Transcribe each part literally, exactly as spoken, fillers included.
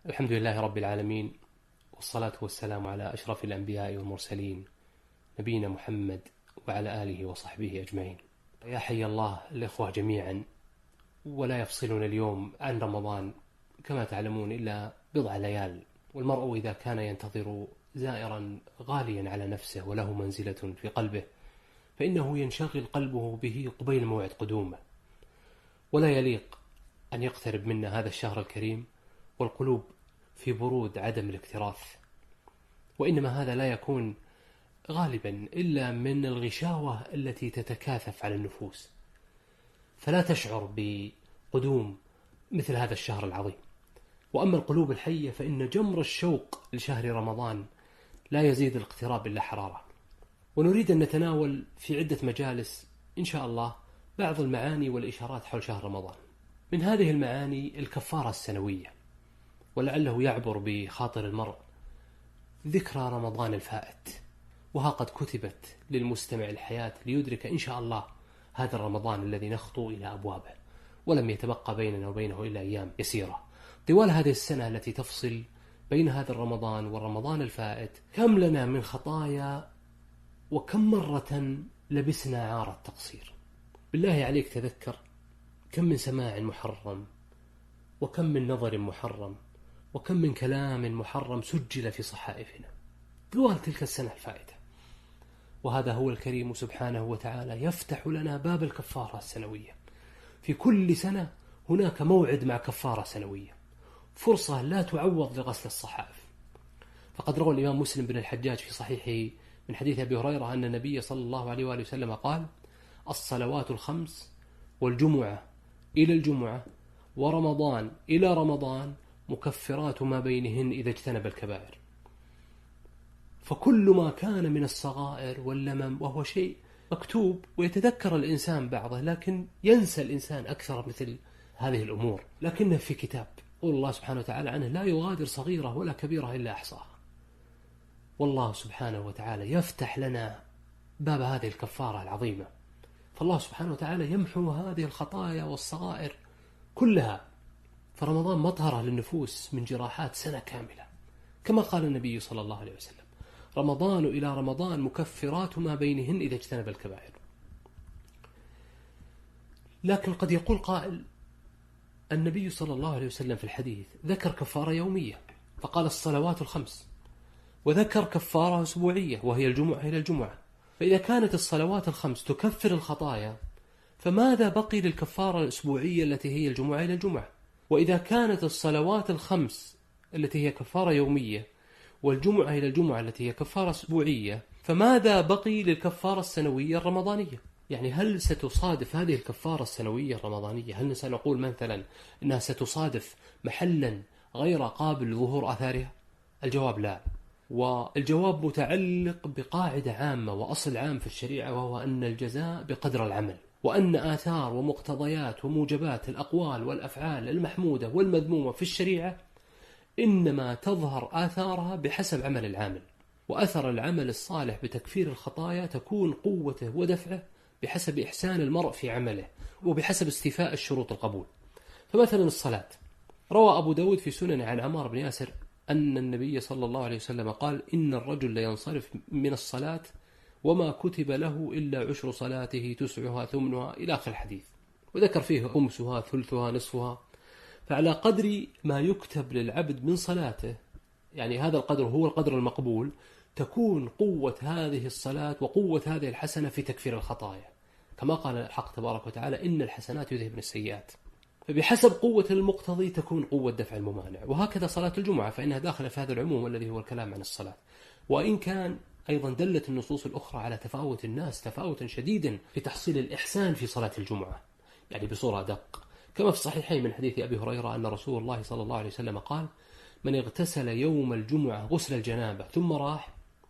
الحمد لله رب العالمين، والصلاة والسلام على أشرف الأنبياء والمرسلين نبينا محمد وعلى آله وصحبه أجمعين. يا حي الله الإخوة جميعا، ولا يفصلنا اليوم عن رمضان كما تعلمون إلا بضع ليال، والمرء إذا كان ينتظر زائرا غاليا على نفسه وله منزلة في قلبه فإنه ينشغل قلبه به قبيل موعد قدومه، ولا يليق أن يقترب منا هذا الشهر الكريم والقلوب في برود عدم الاكتراث، وإنما هذا لا يكون غالبا إلا من الغشاوة التي تتكاثف على النفوس، فلا تشعر بقدوم مثل هذا الشهر العظيم. وأما القلوب الحية فإن جمر الشوق لشهر رمضان لا يزيد الاقتراب إلا حرارة. ونريد أن نتناول في عدة مجالس إن شاء الله بعض المعاني والإشارات حول شهر رمضان. من هذه المعاني الكفارة السنوية، ولعله يعبر بخاطر المرء ذكرى رمضان الفائت، وها قد كتبت للمستمع الحياة ليدرك إن شاء الله هذا الرمضان الذي نخطو إلى أبوابه، ولم يتبقى بيننا وبينه إلا أيام يسيرة. طوال هذه السنة التي تفصل بين هذا الرمضان والرمضان الفائت كم لنا من خطايا، وكم مرة لبسنا عار التقصير. بالله عليك تذكر كم من سماع محرم، وكم من نظر محرم، وكم من كلام محرم سجل في صحائفنا طوال تلك السنة الفائتة. وهذا هو الكريم سبحانه وتعالى يفتح لنا باب الكفارة السنوية. في كل سنة هناك موعد مع كفارة سنوية، فرصة لا تعوض لغسل الصحائف. فقد روى الإمام مسلم بن الحجاج في صحيحه من حديث أبي هريرة أن النبي صلى الله عليه وآله وسلم قال: الصلوات الخمس والجمعة إلى الجمعة ورمضان إلى رمضان مكفرات ما بينهن إذا اجتنب الكبائر. فكل ما كان من الصغائر واللمم وهو شيء مكتوب ويتذكر الإنسان بعضه، لكن ينسى الإنسان أكثر مثل هذه الأمور، لكنه في كتاب قول الله سبحانه وتعالى عنه: لا يغادر صغيرة ولا كبيرة إلا أحصاها. والله سبحانه وتعالى يفتح لنا باب هذه الكفارة العظيمة، فالله سبحانه وتعالى يمحو هذه الخطايا والصغائر كلها. فرمضان مطهرة للنفوس من جراحات سنة كاملة، كما قال النبي صلى الله عليه وسلم: رمضان إلى رمضان مكفرات ما بينهن إذا اجتنب الكبائر. لكن قد يقول قائل: النبي صلى الله عليه وسلم في الحديث ذكر كفارة يومية فقال الصلوات الخمس، وذكر كفارة أسبوعية وهي الجمعة إلى الجمعة، فإذا كانت الصلوات الخمس تكفر الخطايا فماذا بقي للكفارة الأسبوعية التي هي الجمعة إلى الجمعة؟ وإذا كانت الصلوات الخمس التي هي كفارة يومية والجمعة إلى الجمعة التي هي كفارة أسبوعية فماذا بقي للكفارة السنوية الرمضانية؟ يعني هل ستصادف هذه الكفارة السنوية الرمضانية، هل سنقول مثلا أنها ستصادف محلا غير قابل لظهور آثارها؟ الجواب لا. والجواب متعلق بقاعدة عامة وأصل عام في الشريعة، وهو أن الجزاء بقدر العمل، وأن آثار ومقتضيات وموجبات الأقوال والأفعال المحمودة والمذمومة في الشريعة إنما تظهر آثارها بحسب عمل العامل، وأثر العمل الصالح بتكفير الخطايا تكون قوته ودفعه بحسب إحسان المرء في عمله وبحسب استيفاء الشروط القبول. فمثلا الصلاة، روى أبو داود في سنن عن عمار بن ياسر أن النبي صلى الله عليه وسلم قال: إن الرجل لينصرف من الصلاة وما كتب له إلا عشر صلاته تسعها ثمنها إلى آخر الحديث، وذكر فيه خمسها ثلثها نصفها. فعلى قدر ما يكتب للعبد من صلاته، يعني هذا القدر هو القدر المقبول، تكون قوة هذه الصلاة وقوة هذه الحسنة في تكفير الخطايا، كما قال الحق تبارك وتعالى: إن الحسنات يذهبن السيئات. فبحسب قوة المقتضي تكون قوة دفع الممانع. وهكذا صلاة الجمعة فإنها داخلة في هذا العموم الذي هو الكلام عن الصلاة، وإن كان أيضا دلت النصوص الأخرى على تفاوت الناس تفاوتا شديدا في تحصيل الإحسان في صلاة الجمعة، يعني بصورة أدق، كما في الصحيحين من حديث أبي هريرة أن رسول الله صلى الله عليه وسلم قال: من اغتسل يوم الجمعة غسل الجنابة ثم راح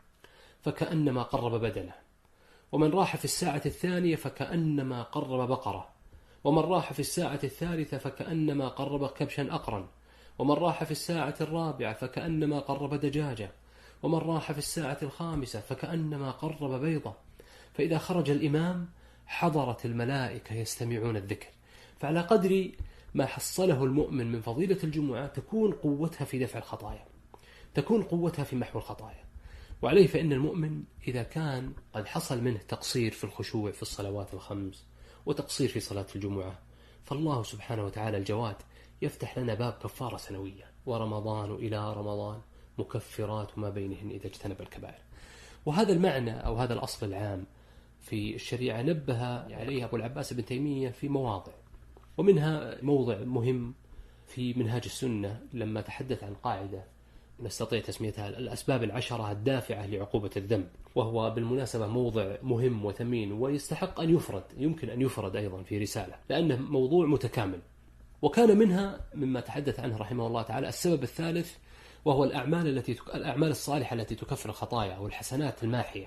فكأنما قرب بدنه، ومن راح في الساعة الثانية فكأنما قرب بقرة، ومن راح في الساعة الثالثة فكأنما قرب كبشا أقرا، ومن راح في الساعة الرابعة فكأنما قرب دجاجة، ومن راح في الساعة الخامسة فكأنما قرب بيضة. فإذا خرج الإمام حضرت الملائكة يستمعون الذكر. فعلى قدر ما حصله المؤمن من فضيلة الجمعة تكون قوتها في دفع الخطايا، تكون قوتها في محو الخطايا. وعليه فإن المؤمن إذا كان قد حصل منه تقصير في الخشوع في الصلوات الخمس وتقصير في صلاة الجمعة، فالله سبحانه وتعالى الجواد يفتح لنا باب كفارة سنوية، ورمضان إلى رمضان مكفرات ما بينهن إذا اجتنب الكبائر. وهذا المعنى أو هذا الأصل العام في الشريعة نبه عليه أبو العباس بن تيمية في مواضع، ومنها موضع مهم في منهاج السنة لما تحدث عن قاعدة نستطيع تسميتها الأسباب العشرة الدافعة لعقوبة الذنب، وهو بالمناسبة موضع مهم وثمين ويستحق أن يفرد، يمكن أن يفرد أيضا في رسالة لأنه موضوع متكامل. وكان منها مما تحدث عنه رحمه الله تعالى السبب الثالث، وهو الأعمال التي الأعمال الصالحة التي تكفر الخطايا والحسنات الماحية.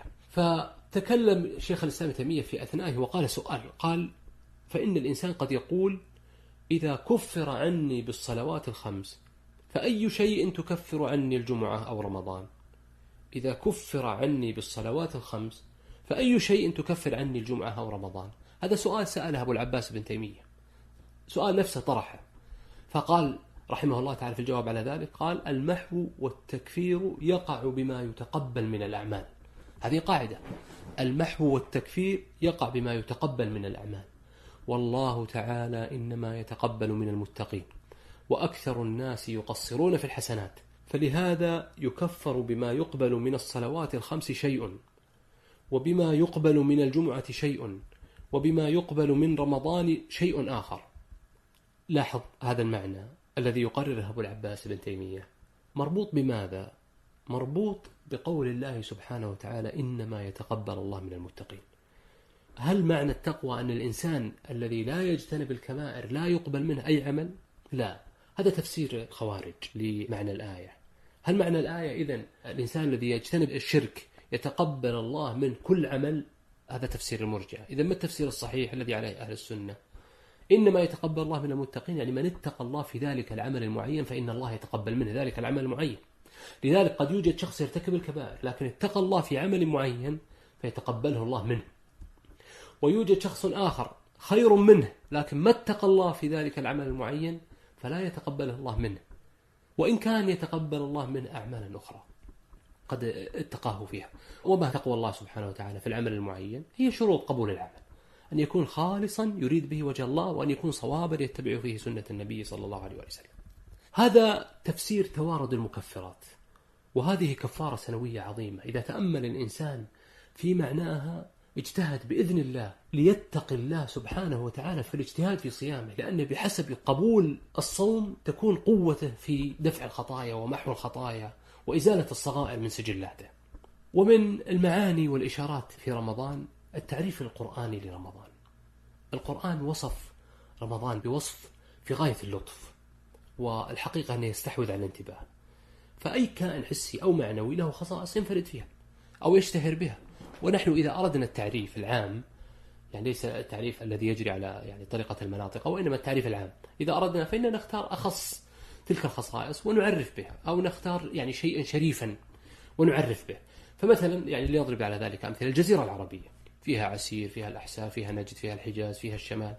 فتكلم شيخ الإسلام تيمية في أثنائه وقال سؤال، قال: فإن الإنسان قد يقول إذا كفر عني بالصلوات الخمس فأي شيء تكفر عني الجمعة أو رمضان؟ إذا كفر عني بالصلوات الخمس فأي شيء تكفر عني الجمعة أو رمضان؟ هذا سؤال سأله أبو العباس بن تيمية، سؤال نفسه طرحه، فقال رحمه الله تعالى في الجواب على ذلك، قال: المحو والتكفير يقع بما يتقبل من الأعمال. هذه قاعدة، المحو والتكفير يقع بما يتقبل من الأعمال، والله تعالى إنما يتقبل من المتقين، وأكثر الناس يقصرون في الحسنات، فلهذا يكفر بما يقبل من الصلوات الخمس شيء، وبما يقبل من الجمعة شيء، وبما يقبل من رمضان شيء آخر. لاحظ هذا المعنى الذي يقرره أبو العباس بن تيمية مربوط بماذا؟ مربوط بقول الله سبحانه وتعالى: إنما يتقبل الله من المتقين. هل معنى التقوى أن الإنسان الذي لا يجتنب الكبائر لا يقبل منه أي عمل؟ لا، هذا تفسير الخوارج لمعنى الآية. هل معنى الآية إذن الإنسان الذي يجتنب الشرك يتقبل الله من كل عمل؟ هذا تفسير المرجئة. إذن ما التفسير الصحيح الذي عليه أهل السنة؟ إنما يتقبل الله من المتقين، يعني من اتقى الله في ذلك العمل المعين فإن الله يتقبل منه ذلك العمل المعين. لذلك قد يوجد شخص يرتكب الكبائر لكن اتقى الله في عمل معين فيتقبله الله منه، ويوجد شخص آخر خير منه لكن ما اتقى الله في ذلك العمل المعين فلا يتقبله الله منه، وإن كان يتقبل الله منه أعمالا أخرى قد اتقاه فيها. وما تقوى الله سبحانه وتعالى في العمل المعين هي شروط قبول العمل: أن يكون خالصا يريد به وجه الله، وأن يكون صوابا يتبع فيه سنة النبي صلى الله عليه وسلم. هذا تفسير توارد المكفرات، وهذه كفارة سنوية عظيمة إذا تأمل الإنسان في معناها اجتهد بإذن الله ليتقي الله سبحانه وتعالى في الاجتهاد في صيامه، لأن بحسب قبول الصوم تكون قوته في دفع الخطايا ومحو الخطايا وإزالة الصغائر من سجلاته. ومن المعاني والإشارات في رمضان التعريف القرآني لرمضان. القرآن وصف رمضان بوصف في غاية اللطف، والحقيقة أنه يستحوذ على الانتباه، فأي كائن حسي أو معنوي له خصائص ينفرد فيها أو يشتهر بها. ونحن إذا أردنا التعريف العام، يعني ليس التعريف الذي يجري على يعني طريقة المناطق، وإنما التعريف العام، إذا أردنا فإننا نختار أخص تلك الخصائص ونعرف بها، أو نختار يعني شيئا شريفا ونعرف به. فمثلا يعني اللي يضرب على ذلك أمثلة: الجزيرة العربية فيها عسير، فيها الأحساء، فيها نجد، فيها الحجاز، فيها الشمال،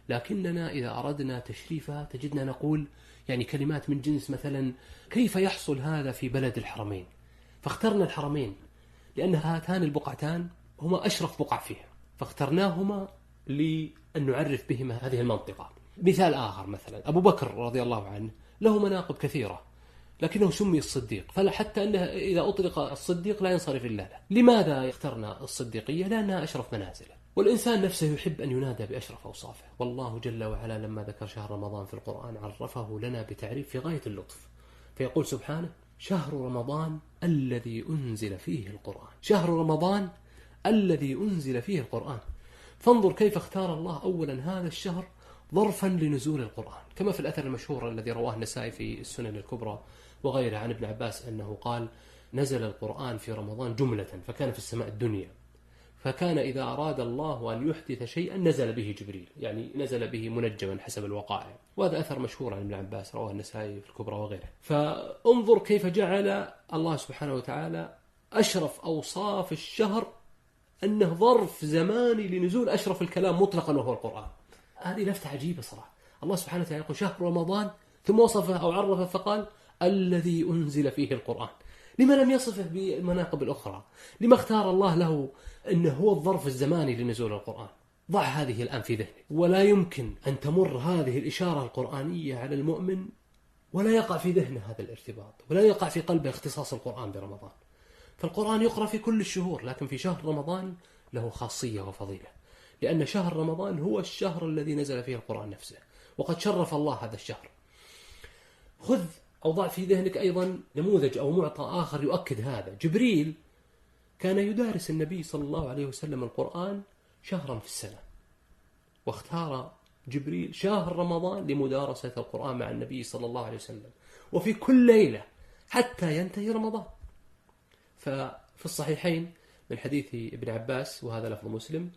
لكننا إذا أردنا تشريفها تجدنا نقول يعني كلمات من جنس مثلا: كيف يحصل هذا في بلد الحرمين؟ فاخترنا الحرمين لأن هاتان البقعتان هما أشرف بقع فيها، فاخترناهما لأن نعرف بهما هذه المنطقة. مثال آخر مثلا: أبو بكر رضي الله عنه له مناقب كثيرة لكنه سمي الصديق، فلا حتى أنه إذا أطلق الصديق لا ينصرف إلا له. لماذا اخترنا الصديقية؟ لأنها أشرف منازله، والإنسان نفسه يحب أن ينادى بأشرف أوصافه. والله جل وعلا لما ذكر شهر رمضان في القرآن عرفه لنا بتعريف في غاية اللطف، فيقول سبحانه: شهر رمضان الذي أنزل فيه القرآن. شهر رمضان الذي أنزل فيه القرآن. فانظر كيف اختار الله أولا هذا الشهر ظرفا لنزول القرآن، كما في الأثر المشهور الذي رواه النسائي في السنن الكبرى وغيره عن ابن عباس أنه قال: نزل القرآن في رمضان جملة فكان في السماء الدنيا، فكان إذا أراد الله أن يحدث شيئا نزل به جبريل، يعني نزل به منجما حسب الوقائع. وهذا أثر مشهور عن ابن عباس رواه النسائي في الكبرى وغيره. فانظر كيف جعل الله سبحانه وتعالى أشرف أوصاف الشهر أنه ظرف زماني لنزول أشرف الكلام مطلقا وهو القرآن. هذه لفتة عجيبة صراحة. الله سبحانه وتعالى يقول شهر رمضان، ثم وصفه أو عرفه فقال الذي أنزل فيه القرآن. لما لم يصفه بالمناقب الأخرى؟ لما اختار الله له أنه هو الظرف الزماني لنزول القرآن؟ ضع هذه الآن في ذهنك، ولا يمكن أن تمر هذه الإشارة القرآنية على المؤمن ولا يقع في ذهنه هذا الارتباط، ولا يقع في قلبه اختصاص القرآن برمضان. فالقرآن يقرأ في كل الشهور، لكن في شهر رمضان له خاصية وفضيلة، لأن شهر رمضان هو الشهر الذي نزل فيه القرآن نفسه، وقد شرف الله هذا الشهر. خذ أو ضع في ذهنك أيضا نموذج أو معطى آخر يؤكد هذا. جبريل كان يدارس النبي صلى الله عليه وسلم القرآن شهرا في السنة، واختار جبريل شهر رمضان لمدارسة القرآن مع النبي صلى الله عليه وسلم، وفي كل ليلة حتى ينتهي رمضان. ففي الصحيحين من حديث ابن عباس، وهذا لفظ مسلم،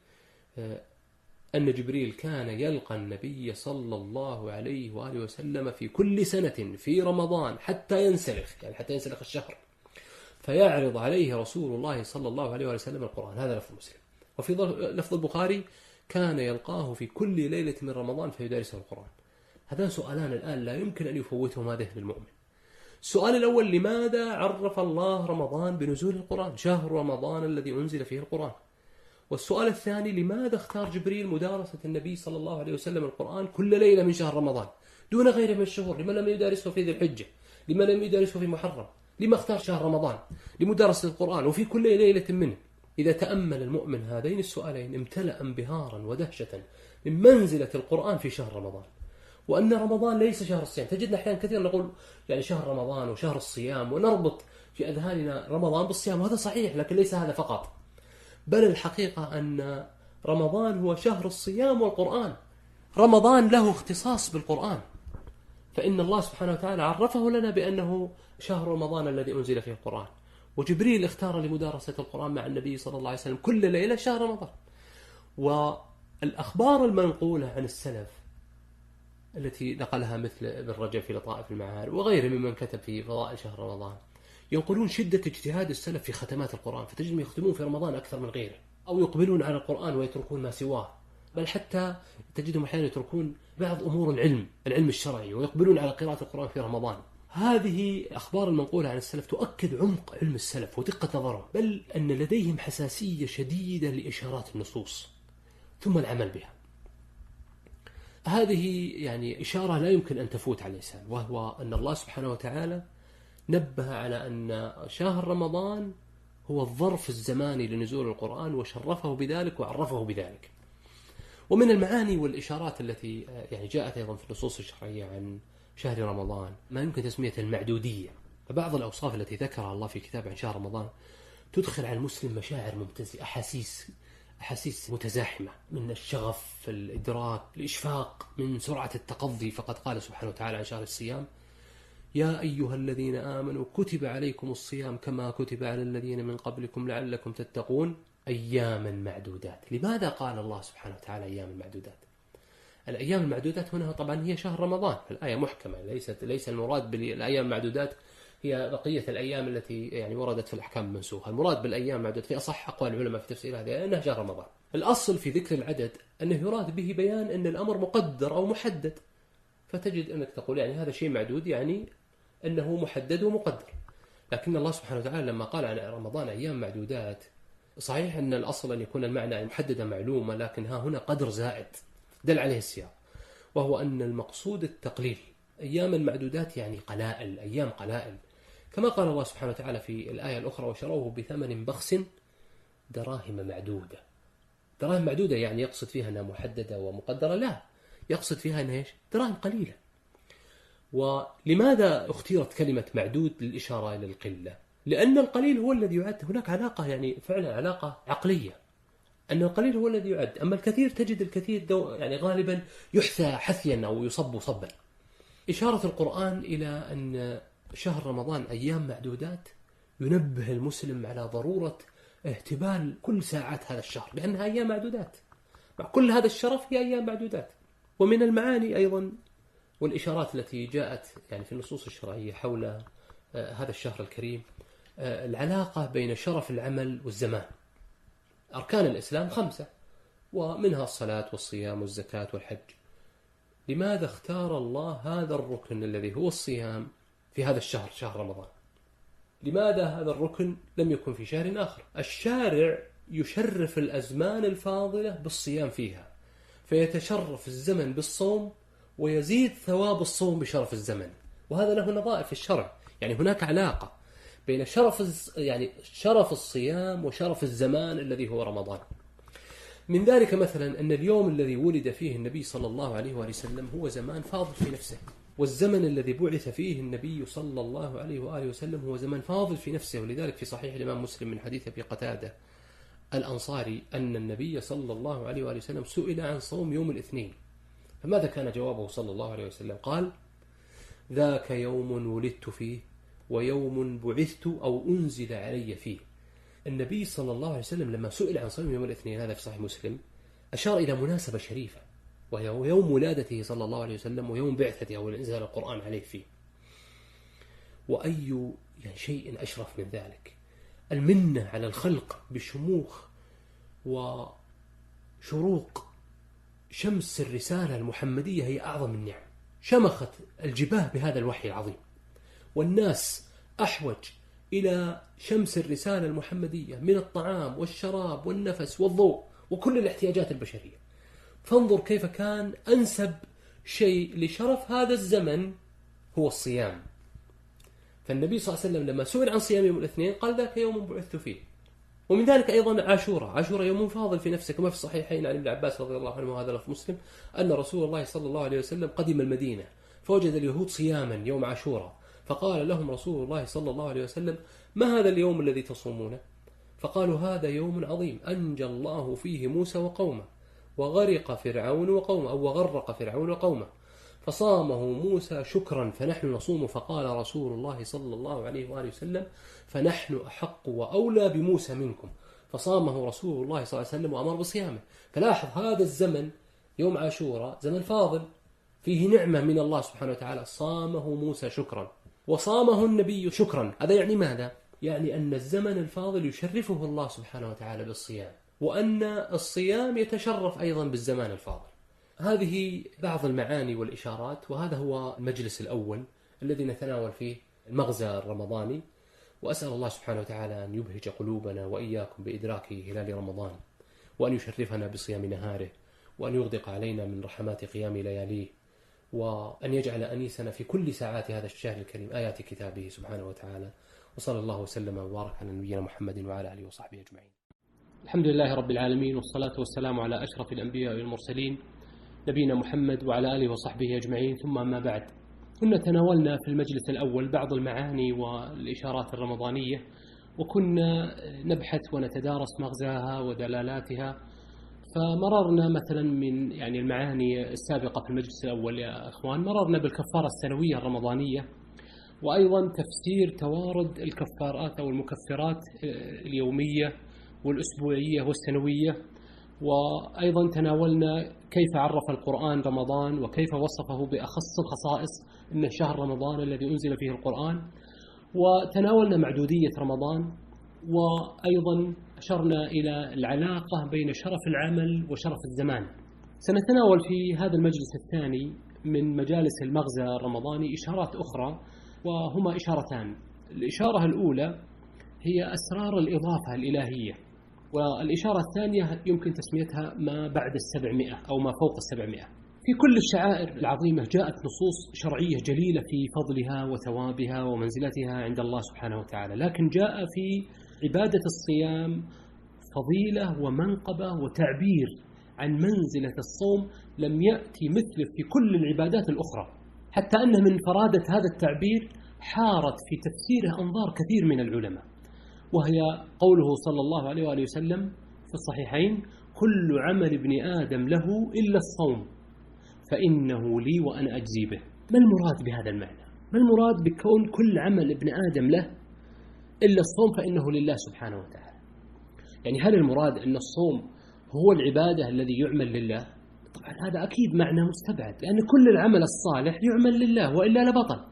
أن جبريل كان يلقى النبي صلى الله عليه وآله وسلم في كل سنة في رمضان حتى ينسلخ، يعني حتى ينسلخ الشهر، فيعرض عليه رسول الله صلى الله عليه وآله وسلم القرآن. هذا لفظ مسلم. وفي لفظ البخاري كان يلقاه في كل ليلة من رمضان فيدارسه القرآن. هذا سؤالان الآن لا يمكن أن يفوتهما ذهن المؤمن. السؤال الأول: لماذا عرف الله رمضان بنزول القرآن؟ شهر رمضان الذي أنزل فيه القرآن. والسؤال الثاني: لماذا اختار جبريل مدارسة النبي صلى الله عليه وسلم القرآن كل ليلة من شهر رمضان دون غيره من الشهور؟ لما لم يدارسه في ذي الحجة؟ لما لم يدارسه في محرم؟ لما اختار شهر رمضان لمدارسة القرآن وفي كل ليلة منه؟ إذا تأمل المؤمن هذين السؤالين امتلأ انبهارا ودهشة من منزلة القرآن في شهر رمضان، وأن رمضان ليس شهر الصيام. تجدنا أحيانا كثيرا نقول يعني شهر رمضان وشهر الصيام، ونربط في أذهاننا رمضان بالصيام، وهذا صحيح، لكن ليس هذا فقط، بل الحقيقة أن رمضان هو شهر الصيام والقرآن. رمضان له اختصاص بالقرآن، فإن الله سبحانه وتعالى عرفه لنا بأنه شهر رمضان الذي أنزل فيه القرآن، وجبريل اختار لمدارسة القرآن مع النبي صلى الله عليه وسلم كل ليلة شهر رمضان. والأخبار المنقولة عن السلف التي نقلها مثل ابن رجب في لطائف المعارف وغيره ممن كتب في فضائل شهر رمضان ينقلون شدة اجتهاد السلف في ختمات القرآن، فتجدهم يختمون في رمضان أكثر من غيره، أو يقبلون على القرآن ويتركون ما سواه، بل حتى تجدهم أحيانا يتركون بعض أمور العلم العلم الشرعي ويقبلون على قراءة القرآن في رمضان. هذه أخبار المنقولة عن السلف تؤكد عمق علم السلف ودقة نظرهم، بل أن لديهم حساسية شديدة لإشارات النصوص ثم العمل بها. هذه يعني إشارة لا يمكن أن تفوت على الإنسان، وهو أن الله سبحانه وتعالى نبه على أن شهر رمضان هو الظرف الزماني لنزول القرآن، وشرفه بذلك وعرفه بذلك. ومن المعاني والإشارات التي يعني جاءت أيضا في النصوص الشرعية عن شهر رمضان ما يمكن تسمية المعدودية. فبعض الأوصاف التي ذكرها الله في كتاب عن شهر رمضان تدخل على المسلم مشاعر ممتزة، أحاسيس أحاسيس متزاحمة، من الشغف، الإدراك، الإشفاق، من سرعة التقضي. فقد قال سبحانه وتعالى عن شهر الصيام: يا أيها الذين آمنوا كتب عليكم الصيام كما كتب على الذين من قبلكم لعلكم تتقون أياما معدودات. لماذا قال الله سبحانه وتعالى أياما معدودات؟ الأيام المعدودات هنا طبعا هي شهر رمضان، الآية محكمة، ليست ليس المراد بالأيام المعدودات هي بقية الأيام التي يعني وردت في الأحكام المنسوخة. المراد بالأيام المعدودات في أصح أقوال العلماء في تفسير هذه أنها شهر رمضان. الأصل في ذكر العدد أنه يراد به بيان أن الأمر مقدر أو محدد، فتجد أنك تقول يعني هذا شيء معدود، يعني أنه محدد ومقدر. لكن الله سبحانه وتعالى لما قال عن رمضان أيام معدودات، صحيح أن الأصل أن يكون المعنى محددا معلومة، لكن ها هنا قدر زائد دل عليه السياق، وهو أن المقصود التقليل. أيام المعدودات يعني قلائل، أيام قلائل، كما قال الله سبحانه وتعالى في الآية الأخرى: وشروه بثمن بخس دراهم معدودة. دراهم معدودة يعني يقصد فيها أنها محددة ومقدرة؟ لا، يقصد فيها أنها دراهم قليلة. ولماذا اختيرت كلمة معدود للإشارة إلى القلة؟ لأن القليل هو الذي يعد. هناك علاقة يعني فعلا علاقة عقلية، أن القليل هو الذي يعد، أما الكثير تجد الكثير دو يعني غالبا يحثى حثيا أو يصب صبا. إشارة القرآن إلى أن شهر رمضان أيام معدودات ينبه المسلم على ضرورة اهتبال كل ساعات هذا الشهر، لأنها أيام معدودات، مع كل هذا الشرف هي أيام معدودات. ومن المعاني أيضا والإشارات التي جاءت يعني في النصوص الشرعية حول هذا الشهر الكريم العلاقة بين شرف العمل والزمان. أركان الإسلام خمسة، ومنها الصلاة والصيام والزكاة والحج، لماذا اختار الله هذا الركن الذي هو الصيام في هذا الشهر، شهر رمضان؟ لماذا هذا الركن لم يكن في شهر آخر؟ الشارع يشرف الأزمان الفاضلة بالصيام فيها، فيتشرف الزمن بالصوم ويزيد ثواب الصوم بشرف الزمن، وهذا له نظائر في الشرع. يعني هناك علاقة بين شرف يعني شرف الصيام وشرف الزمان الذي هو رمضان. من ذلك مثلا أن اليوم الذي ولد فيه النبي صلى الله عليه وآله وسلم هو زمان فاضل في نفسه، والزمن الذي بعث فيه النبي صلى الله عليه وآله وسلم هو زمن فاضل في نفسه. ولذلك في صحيح الإمام مسلم من حديث أبي قتادة الأنصاري أن النبي صلى الله عليه وآله وسلم سئل عن صوم يوم الاثنين، فماذا كان جوابه صلى الله عليه وسلم؟ قال: ذاك يوم ولدت فيه ويوم بعثت أو أنزل علي فيه. النبي صلى الله عليه وسلم لما سئل عن صوم يوم الاثنين، هذا في صحيح مسلم، أشار إلى مناسبة شريفة، وهي يوم ولادته صلى الله عليه وسلم ويوم بعثته أو إنزال القرآن عليه فيه. وأي يعني شيء أشرف من ذلك؟ المنة على الخلق بشموخ وشروق شمس الرسالة المحمدية هي أعظم النعم. شمخت الجباه بهذا الوحي العظيم، والناس أحوج إلى شمس الرسالة المحمدية من الطعام والشراب والنفس والضوء وكل الاحتياجات البشرية. فانظر كيف كان أنسب شيء لشرف هذا الزمن هو الصيام. فالنبي صلى الله عليه وسلم لما سئل عن صيام يوم الاثنين قال: ذاك يوم بعثت فيه. ومن ذلك أيضا عاشوراء، عاشوراء يوم فاضل في نفسه، كما في الصحيحين عن ابن عباس رضي الله عنه وهذا لفظ مسلم أن رسول الله صلى الله عليه وسلم قدم المدينة فوجد اليهود صياما يوم عاشوراء، فقال لهم رسول الله صلى الله عليه وسلم: ما هذا اليوم الذي تصومونه؟ فقالوا: هذا يوم عظيم أنجى الله فيه موسى وقومه وغرق فرعون وقومه أو وغرق فرعون وقومه، فصامه موسى شكرا فنحن نصوم. فقال رسول الله صلى الله عليه وآله وسلم: فنحن أحق وأولى بموسى منكم. فصامه رسول الله صلى الله عليه وسلم وأمر بصيامه. فلاحظ هذا الزمن يوم عاشوراء زمن فاضل فيه نعمة من الله سبحانه وتعالى، صامه موسى شكرا وصامه النبي شكرا. هذا يعني ماذا؟ يعني أن الزمن الفاضل يشرفه الله سبحانه وتعالى بالصيام، وأن الصيام يتشرف أيضا بالزمان الفاضل. هذه بعض المعاني والإشارات، وهذا هو المجلس الأول الذي نتناول فيه المغزى الرمضاني. وأسأل الله سبحانه وتعالى أن يبهج قلوبنا وإياكم بإدراك هلال رمضان، وأن يشرفنا بصيام نهاره، وأن يغدق علينا من رحمات قيام لياليه، وأن يجعل أنيسنا في كل ساعات هذا الشهر الكريم آيات كتابه سبحانه وتعالى. وصلى الله وسلم وبارك على نبينا محمد وعلى آله وصحبه أجمعين. الحمد لله رب العالمين، والصلاة والسلام على أشرف الأنبياء والمرسلين نبينا محمد وعلى آله وصحبه أجمعين، ثم أما بعد. كنا تناولنا في المجلس الأول بعض المعاني والإشارات الرمضانية، وكنا نبحث ونتدارس مغزاها ودلالاتها. فمررنا مثلا من يعني المعاني السابقة في المجلس الأول يا أخوان، مررنا بالكفارة السنوية الرمضانية، وأيضا تفسير توارد الكفارات أو المكفرات اليومية والأسبوعية والسنوية. وأيضا تناولنا كيف عرف القرآن رمضان وكيف وصفه بأخص الخصائص إنه شهر رمضان الذي أنزل فيه القرآن. وتناولنا معدودية رمضان، وأيضا أشرنا إلى العلاقة بين شرف العمل وشرف الزمان. سنتناول في هذا المجلس الثاني من مجالس المغزى الرمضاني إشارات أخرى، وهما إشارتان. الإشارة الأولى هي أسرار الإضافة الإلهية، والإشارة الثانية يمكن تسميتها ما بعد السبعمائة أو ما فوق السبعمائة. في كل الشعائر العظيمة جاءت نصوص شرعية جليلة في فضلها وثوابها ومنزلتها عند الله سبحانه وتعالى، لكن جاء في عبادة الصيام فضيلة ومنقبة وتعبير عن منزلة الصوم لم يأتي مثله في كل العبادات الأخرى، حتى أن من فرادة هذا التعبير حارت في تفسيره أنظار كثير من العلماء، وهي قوله صلى الله عليه وآله وسلم في الصحيحين: كل عمل ابن آدم له إلا الصوم فإنه لي وأنا أجزي به. ما المراد بهذا المعنى؟ ما المراد بكون كل عمل ابن آدم له إلا الصوم فإنه لله سبحانه وتعالى؟ يعني هل المراد أن الصوم هو العبادة الذي يعمل لله؟ طبعا هذا أكيد معنى مستبعد، لأن كل العمل الصالح يعمل لله وإلا لبطل.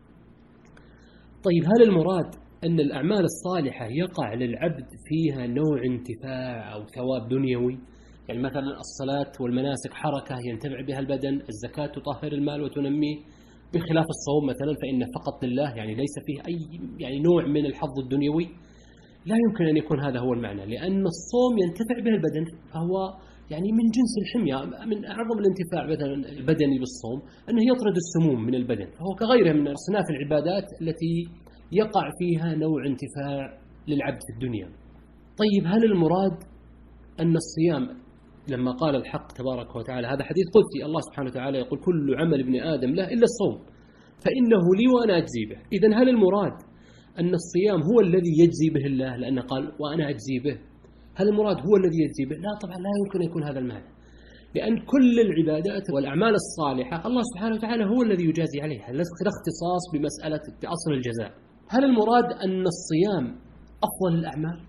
طيب هل المراد أن الأعمال الصالحة يقع للعبد فيها نوع انتفاع أو ثواب دنيوي؟ يعني مثلا الصلاة والمناسك حركة ينتفع بها البدن، الزكاة تطهر المال وتنميه، بخلاف الصوم مثلا فإنه فقط لله، يعني ليس فيه أي يعني نوع من الحظ الدنيوي. لا يمكن أن يكون هذا هو المعنى، لأن الصوم ينتفع به البدن، فهو يعني من جنس الحمية. من أعظم الانتفاع مثلا البدني بالصوم أنه يطرد السموم من البدن، فهو كغيره من أصناف العبادات التي يقع فيها نوع انتفاع للعبد في الدنيا. طيب هل المراد أن الصيام لما قال الحق تبارك وتعالى، هذا حديث قدسي، الله سبحانه وتعالى يقول كل عمل ابن آدم له إلا الصوم فإنه لي وأنا أجزي به. إذن هل المراد أن الصيام هو الذي يجزي به الله لأنه قال وأنا أجزي به؟ هل المراد هو الذي يجزي به؟ لا طبعا، لا يمكن أن يكون هذا المعنى، لأن كل العبادات والأعمال الصالحة الله سبحانه وتعالى هو الذي يجازي عليها، لا اختصاص بمسألة بأصل الجزاء. هل المراد أن الصيام أفضل الأعمال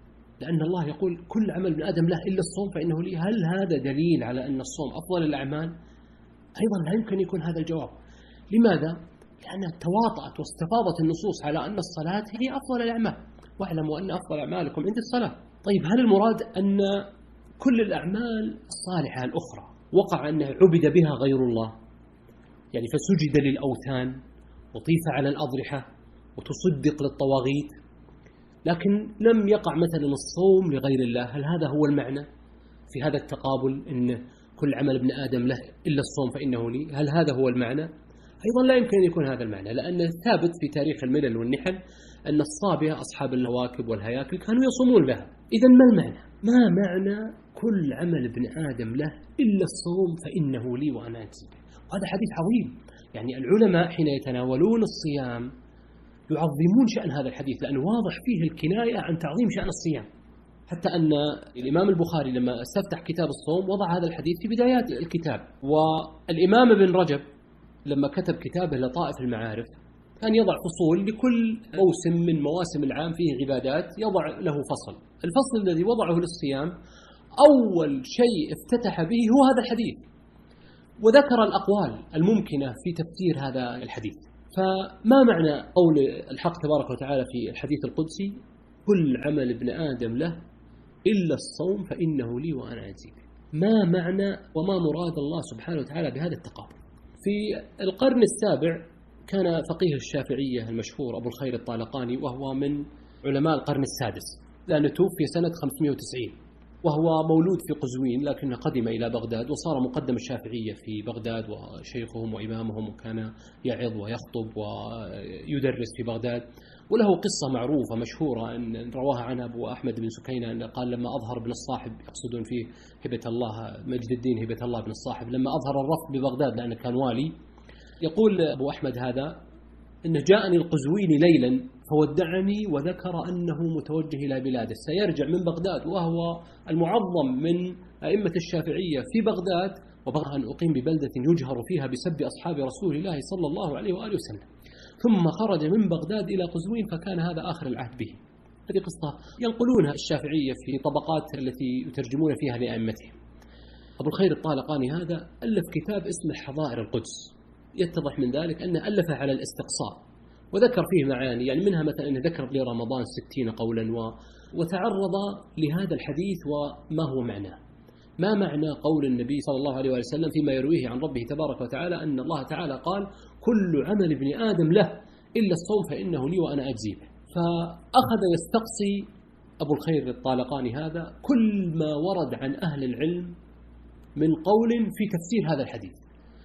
لأن الله يقول كل عمل ابن آدم له إلا الصوم فإنه لي؟ هل هذا دليل على أن الصوم أفضل الأعمال؟ أيضا لا يمكن يكون هذا الجواب. لماذا؟ لأنها تواطأت واستفاضت النصوص على أن الصلاة هي أفضل الأعمال، واعلموا أن أفضل أعمالكم عند الصلاة. طيب هل المراد أن كل الأعمال الصالحة الأخرى وقع أنها عبد بها غير الله، يعني فسجد للأوثان وطيف على الأضرحة وتصدق للطواغيت، لكن لم يقع مثلا الصوم لغير الله؟ هل هذا هو المعنى في هذا التقابل أن كل عمل ابن آدم له إلا الصوم فإنه لي؟ هل هذا هو المعنى؟ أيضا لا يمكن أن يكون هذا المعنى، لأن ثابت في تاريخ الملل والنحل أن الصابئة أصحاب النواكب والهياكل كانوا يصومون لها. إذن ما المعنى؟ ما معنى كل عمل ابن آدم له إلا الصوم فإنه لي وأنا أجزي به؟ وهذا حديث عظيم. يعني العلماء حين يتناولون الصيام يعظمون شأن هذا الحديث، لأنه واضح فيه الكناية عن تعظيم شأن الصيام، حتى أن الإمام البخاري لما استفتح كتاب الصوم وضع هذا الحديث في بدايات الكتاب. والإمام ابن رجب لما كتب كتابه لطائف المعارف كان يضع فصول لكل موسم من مواسم العام فيه عبادات، يضع له فصل. الفصل الذي وضعه للصيام أول شيء افتتح به هو هذا الحديث، وذكر الأقوال الممكنة في تفسير هذا الحديث. فما معنى قول الحق تبارك وتعالى في الحديث القدسي كل عمل ابن آدم له إلا الصوم فإنه لي وأنا أجزي به؟ ما معنى وما مراد الله سبحانه وتعالى بهذا التقابل؟ في القرن السابع كان فقيه الشافعية المشهور أبو الخير الطالقاني، وهو من علماء القرن السادس، لأنه توفي سنة خمسمائة وتسعين، وهو مولود في قزوين لكنه قدم إلى بغداد وصار مقدم الشافعية في بغداد وشيخهم وإمامهم، وكان يعظ ويخطب ويدرس في بغداد. وله قصة معروفة مشهورة أن رواها عنها أبو أحمد بن سكينة، أن قال لما أظهر بن الصاحب، يقصدون فيه هبة الله مجد الدين هبة الله بن الصاحب، لما أظهر الرفض ببغداد لأنه كان والي، يقول أبو أحمد هذا إنه جاءني القزويني ليلا فودعني وذكر أنه متوجه إلى بلاده سيرجع من بغداد، وهو المعظم من أئمة الشافعية في بغداد، وبغى أن أقيم ببلدة يجهر فيها بسب أصحاب رسول الله صلى الله عليه وآله وسلم. ثم خرج من بغداد إلى قزوين فكان هذا آخر العهد به. هذه قصة ينقلونها الشافعية في طبقات التي يترجمون فيها لأئمتهم. أبو الخير الطالقاني هذا ألف كتاب اسمه حظائر القدس، يتضح من ذلك أنه ألفه على الاستقصاء وذكر فيه معاني، يعني منها مثلا أنه ذكر لرمضان ستين قولا و... وتعرض لهذا الحديث وما هو معناه. ما معنى قول النبي صلى الله عليه وسلم فيما يرويه عن ربه تبارك وتعالى أن الله تعالى قال كل عمل ابن آدم له إلا الصوم فإنه لي وأنا أجزي به؟ فأخذ يستقصي أبو الخير الطالقاني هذا كل ما ورد عن أهل العلم من قول في تفسير هذا الحديث،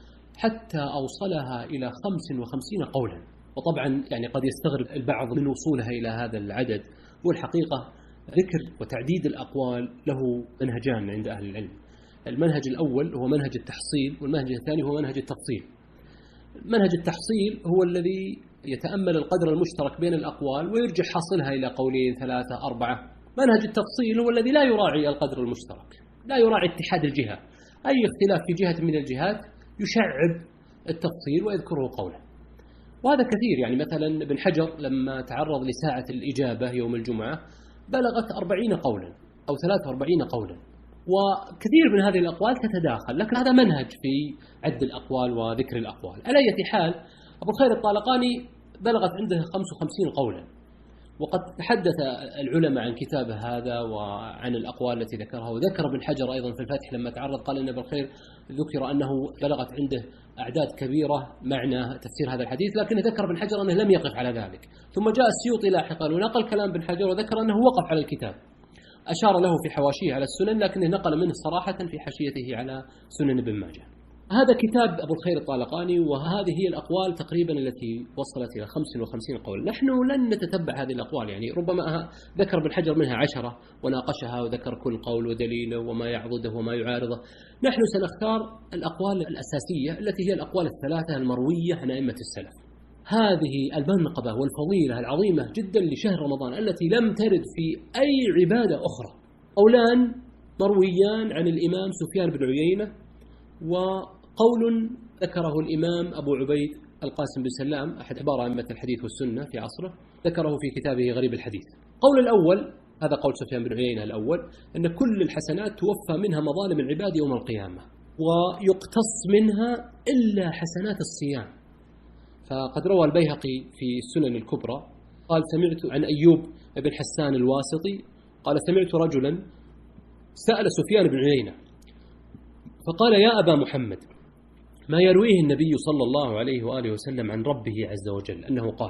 حتى أوصلها إلى خمس وخمسين قولا. وطبعا يعني قد يستغرب البعض من وصولها إلى هذا العدد، والحقيقة ذكر وتعديد الأقوال له منهجان عند أهل العلم. المنهج الأول هو منهج التحصيل، والمنهج الثاني هو منهج التفصيل. منهج التحصيل هو الذي يتأمل القدر المشترك بين الأقوال ويرجع حاصلها إلى قولين ثلاثة أربعة. منهج التفصيل هو الذي لا يراعي القدر المشترك، لا يراعي اتحاد الجهة، أي اختلاف في جهة من الجهات يشعب التفصيل ويذكره قولا. وهذا كثير، يعني مثلا ابن حجر لما تعرض لساعة الإجابة يوم الجمعة بلغت أربعين قولا أو ثلاثة وأربعين قولا، وكثير من هذه الأقوال تتداخل، لكن هذا منهج في عد الأقوال وذكر الأقوال. على أي حال أبو الخير الطالقاني بلغت عنده خمس وخمسين قولا، وقد تحدث العلماء عن كتابه هذا وعن الأقوال التي ذكرها، وذكر ابن حجر أيضا في الفتح لما تعرض قال إن ابن الخير ذكر أنه بلغت عنده أعداد كبيرة معنى تفسير هذا الحديث، لكن ذكر ابن حجر أنه لم يقف على ذلك. ثم جاء السيوطي لاحقا ونقل كلام ابن حجر وذكر أنه وقف على الكتاب، أشار له في حواشيه على السنن، لكنه نقل منه صراحة في حاشيته على سنن ابن ماجه. هذا كتاب أبو الخير الطالقاني، وهذه هي الأقوال تقريبا التي وصلت إلى خمس وخمسين قول. نحن لن نتتبع هذه الأقوال، يعني ربما ذكر ابن حجر منها عشرة وناقشها وذكر كل قول ودليله وما يعضده وما يعارضه. نحن سنختار الأقوال الأساسية التي هي الأقوال الثلاثة المروية عن أئمة السلف. هذه المنقبة والفضيلة العظيمة جدا لشهر رمضان التي لم ترد في أي عبادة أخرى. قولان مرويان عن الإمام سفيان بن عيينة، وقول ذكره الإمام أبو عبيد القاسم بن سلام أحد أكبر أئمة الحديث والسنة في عصره، ذكره في كتابه غريب الحديث. قول الأول، هذا قول سفيان بن عيينة الأول، أن كل الحسنات توفى منها مظالم العباد يوم القيامة، ويقتص منها إلا حسنات الصيام. فقد روى البيهقي في السنن الكبرى قال سمعت عن أيوب بن حسان الواسطي قال سمعت رجلا سأل سفيان بن عيينة فقال يا أبا محمد ما يرويه النبي صلى الله عليه وآله وسلم عن ربه عز وجل أنه قال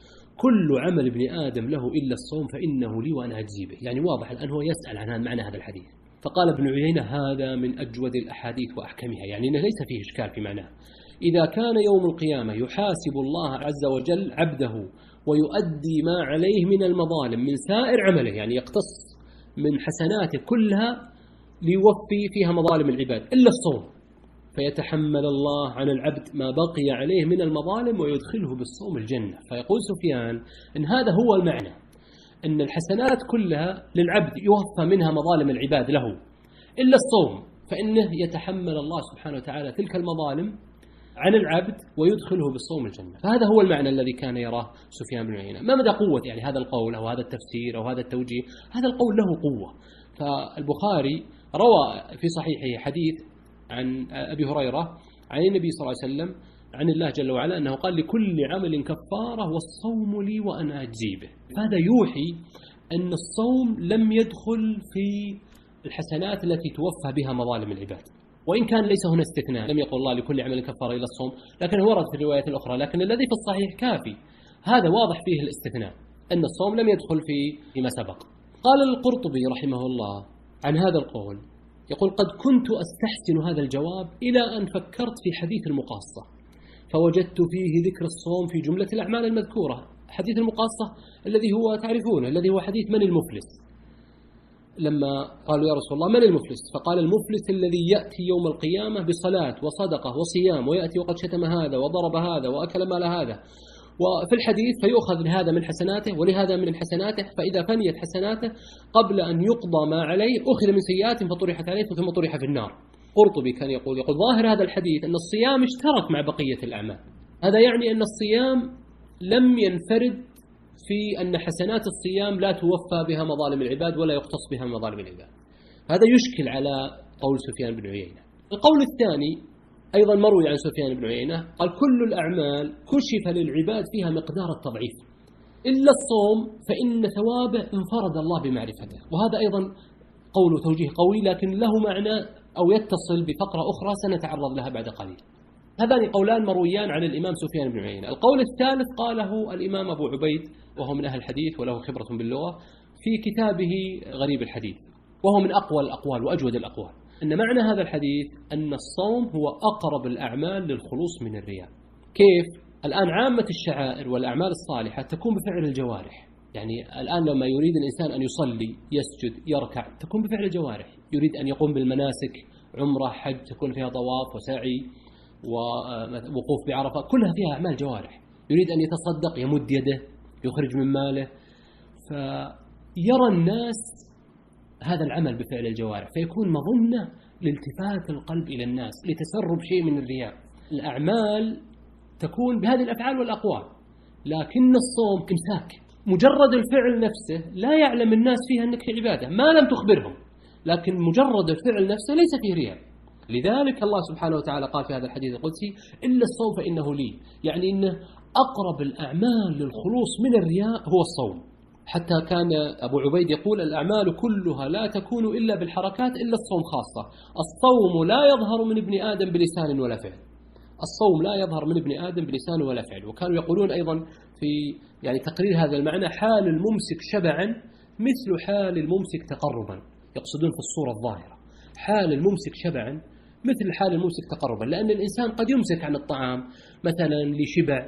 كل عمل ابن آدم له إلا الصوم فإنه لي وأنا أجزي به. يعني واضح الآن هو يسأل عن معنى هذا الحديث. فقال ابن عيينة هذا من أجود الأحاديث وأحكمها، يعني أنه ليس فيه إشكال في معناه. إذا كان يوم القيامة يحاسب الله عز وجل عبده ويؤدي ما عليه من المظالم من سائر عمله، يعني يقتص من حسناته كلها ليوفي فيها مظالم العباد إلا الصوم، فيتحمل الله عن العبد ما بقي عليه من المظالم ويدخله بالصوم الجنة. فيقول سفيان إن هذا هو المعنى، إن الحسنات كلها للعبد يوفى منها مظالم العباد له إلا الصوم، فإنه يتحمل الله سبحانه وتعالى تلك المظالم عن العبد ويدخله بالصوم الجنة. فهذا هو المعنى الذي كان يراه سفيان بن عيينة. ما مدى قوة يعني هذا القول أو هذا التفسير أو هذا التوجيه؟ هذا القول له قوة. فالبخاري روى في صحيحه حديث عن أبي هريرة عن النبي صلى الله عليه وسلم عن الله جل وعلا أنه قال لكل عمل كفارة والصوم لي وأنا أجزي به. فهذا يوحي أن الصوم لم يدخل في الحسنات التي توفى بها مظالم العباد، وإن كان ليس هنا استثناء، لم يقل الله لكل عمل كفارة إلى الصوم، لكن ورد في الروايات الأخرى، لكن الذي في الصحيح كافي. هذا واضح فيه الاستثناء أن الصوم لم يدخل في فيما سبق. قال القرطبي رحمه الله عن هذا القول يقول قد كنت أستحسن هذا الجواب إلى أن فكرت في حديث المقاصة فوجدت فيه ذكر الصوم في جملة الأعمال المذكورة. حديث المقاصة الذي هو تعرفونه، الذي هو حديث من المفلس، لما قالوا يا رسول الله من المفلس؟ فقال المفلس الذي يأتي يوم القيامة بصلاة وصدقة وصيام ويأتي وقد شتم هذا وضرب هذا وأكل مال هذا، وفي الحديث فيؤخذ لهذا من حسناته ولهذا من حسناته، فإذا فنيت حسناته قبل أن يقضى ما عليه أخذ من سيئات فطرحت عليه ثم طرح في النار. قرطبي كان يقول يقول ظاهر هذا الحديث أن الصيام اشترك مع بقية الأعمال. هذا يعني أن الصيام لم ينفرد في أن حسنات الصيام لا توفى بها مظالم العباد ولا يقتص بها مظالم العباد. هذا يشكل على قول سفيان بن عيينة. القول الثاني أيضا مروي عن سفيان بن عيينة قال كل الأعمال كشف للعباد فيها مقدار التضعيف إلا الصوم فإن ثوابه انفرد الله بمعرفته. وهذا أيضا قول توجيه قوي لكن له معنى أو يتصل بفقرة أخرى سنتعرض لها بعد قليل. هذان قولان مرويان عن الإمام سفيان بن عيينة. القول الثالث قاله الإمام أبو عبيد وهو من أهل الحديث وله خبرة باللغة في كتابه غريب الحديث، وهو من أقوى الأقوال وأجود الأقوال، أن معنى هذا الحديث أن الصوم هو أقرب الأعمال للخلوص من الرياء. كيف؟ الآن عامة الشعائر والأعمال الصالحة تكون بفعل الجوارح، يعني الآن لما يريد الإنسان أن يصلي يسجد يركع تكون بفعل الجوارح، يريد أن يقوم بالمناسك عمرة حج تكون فيها طواف وسعي ووقوف بعرفة كلها فيها أعمال جوارح، يريد أن يتصدق يمد يده يخرج من ماله، فيرى الناس هذا العمل بفعل الجوارح فيكون مظنة لالتفات القلب إلى الناس لتسرب شيء من الرياء. الأعمال تكون بهذه الأفعال والأقوال، لكن الصوم إمساك، مجرد الفعل نفسه لا يعلم الناس فيها أنك في عبادة ما لم تخبرهم، لكن مجرد الفعل نفسه ليس فيه رياء. لذلك الله سبحانه وتعالى قال في هذا الحديث القدسي إلا الصوم فإنه لي، يعني إنه أقرب الأعمال للخلوص من الرياء هو الصوم. حتى كان أبو عبيد يقول الأعمال كلها لا تكون إلا بالحركات إلا الصوم خاصة. الصوم لا يظهر من ابن آدم بلسان ولا فعل. الصوم لا يظهر من ابن آدم بلسان ولا فعل. وكانوا يقولون أيضا في يعني تقرير هذا المعنى حال الممسك شبعا مثل حال الممسك تقربا، يقصدون في الصورة الظاهرة حال الممسك شبعا مثل حال الممسك تقربا، لأن الإنسان قد يمسك عن الطعام مثلا لشبع،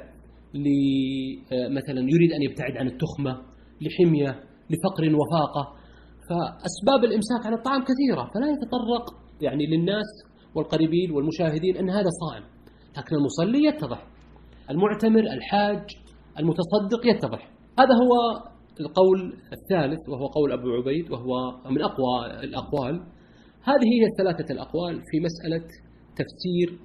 مثلا يريد أن يبتعد عن التخمة، لحمية، لفقر وفاقة، فأسباب الإمساك عن الطعام كثيرة، فلا يتطرق يعني للناس والقريبين والمشاهدين أن هذا صائم. لكن المصلي يتضح، المعتمر، الحاج، المتصدق يتضح. هذا هو القول الثالث وهو قول أبو عبيد، وهو من أقوى الأقوال. هذه هي الثلاثة الأقوال في مسألة تفسير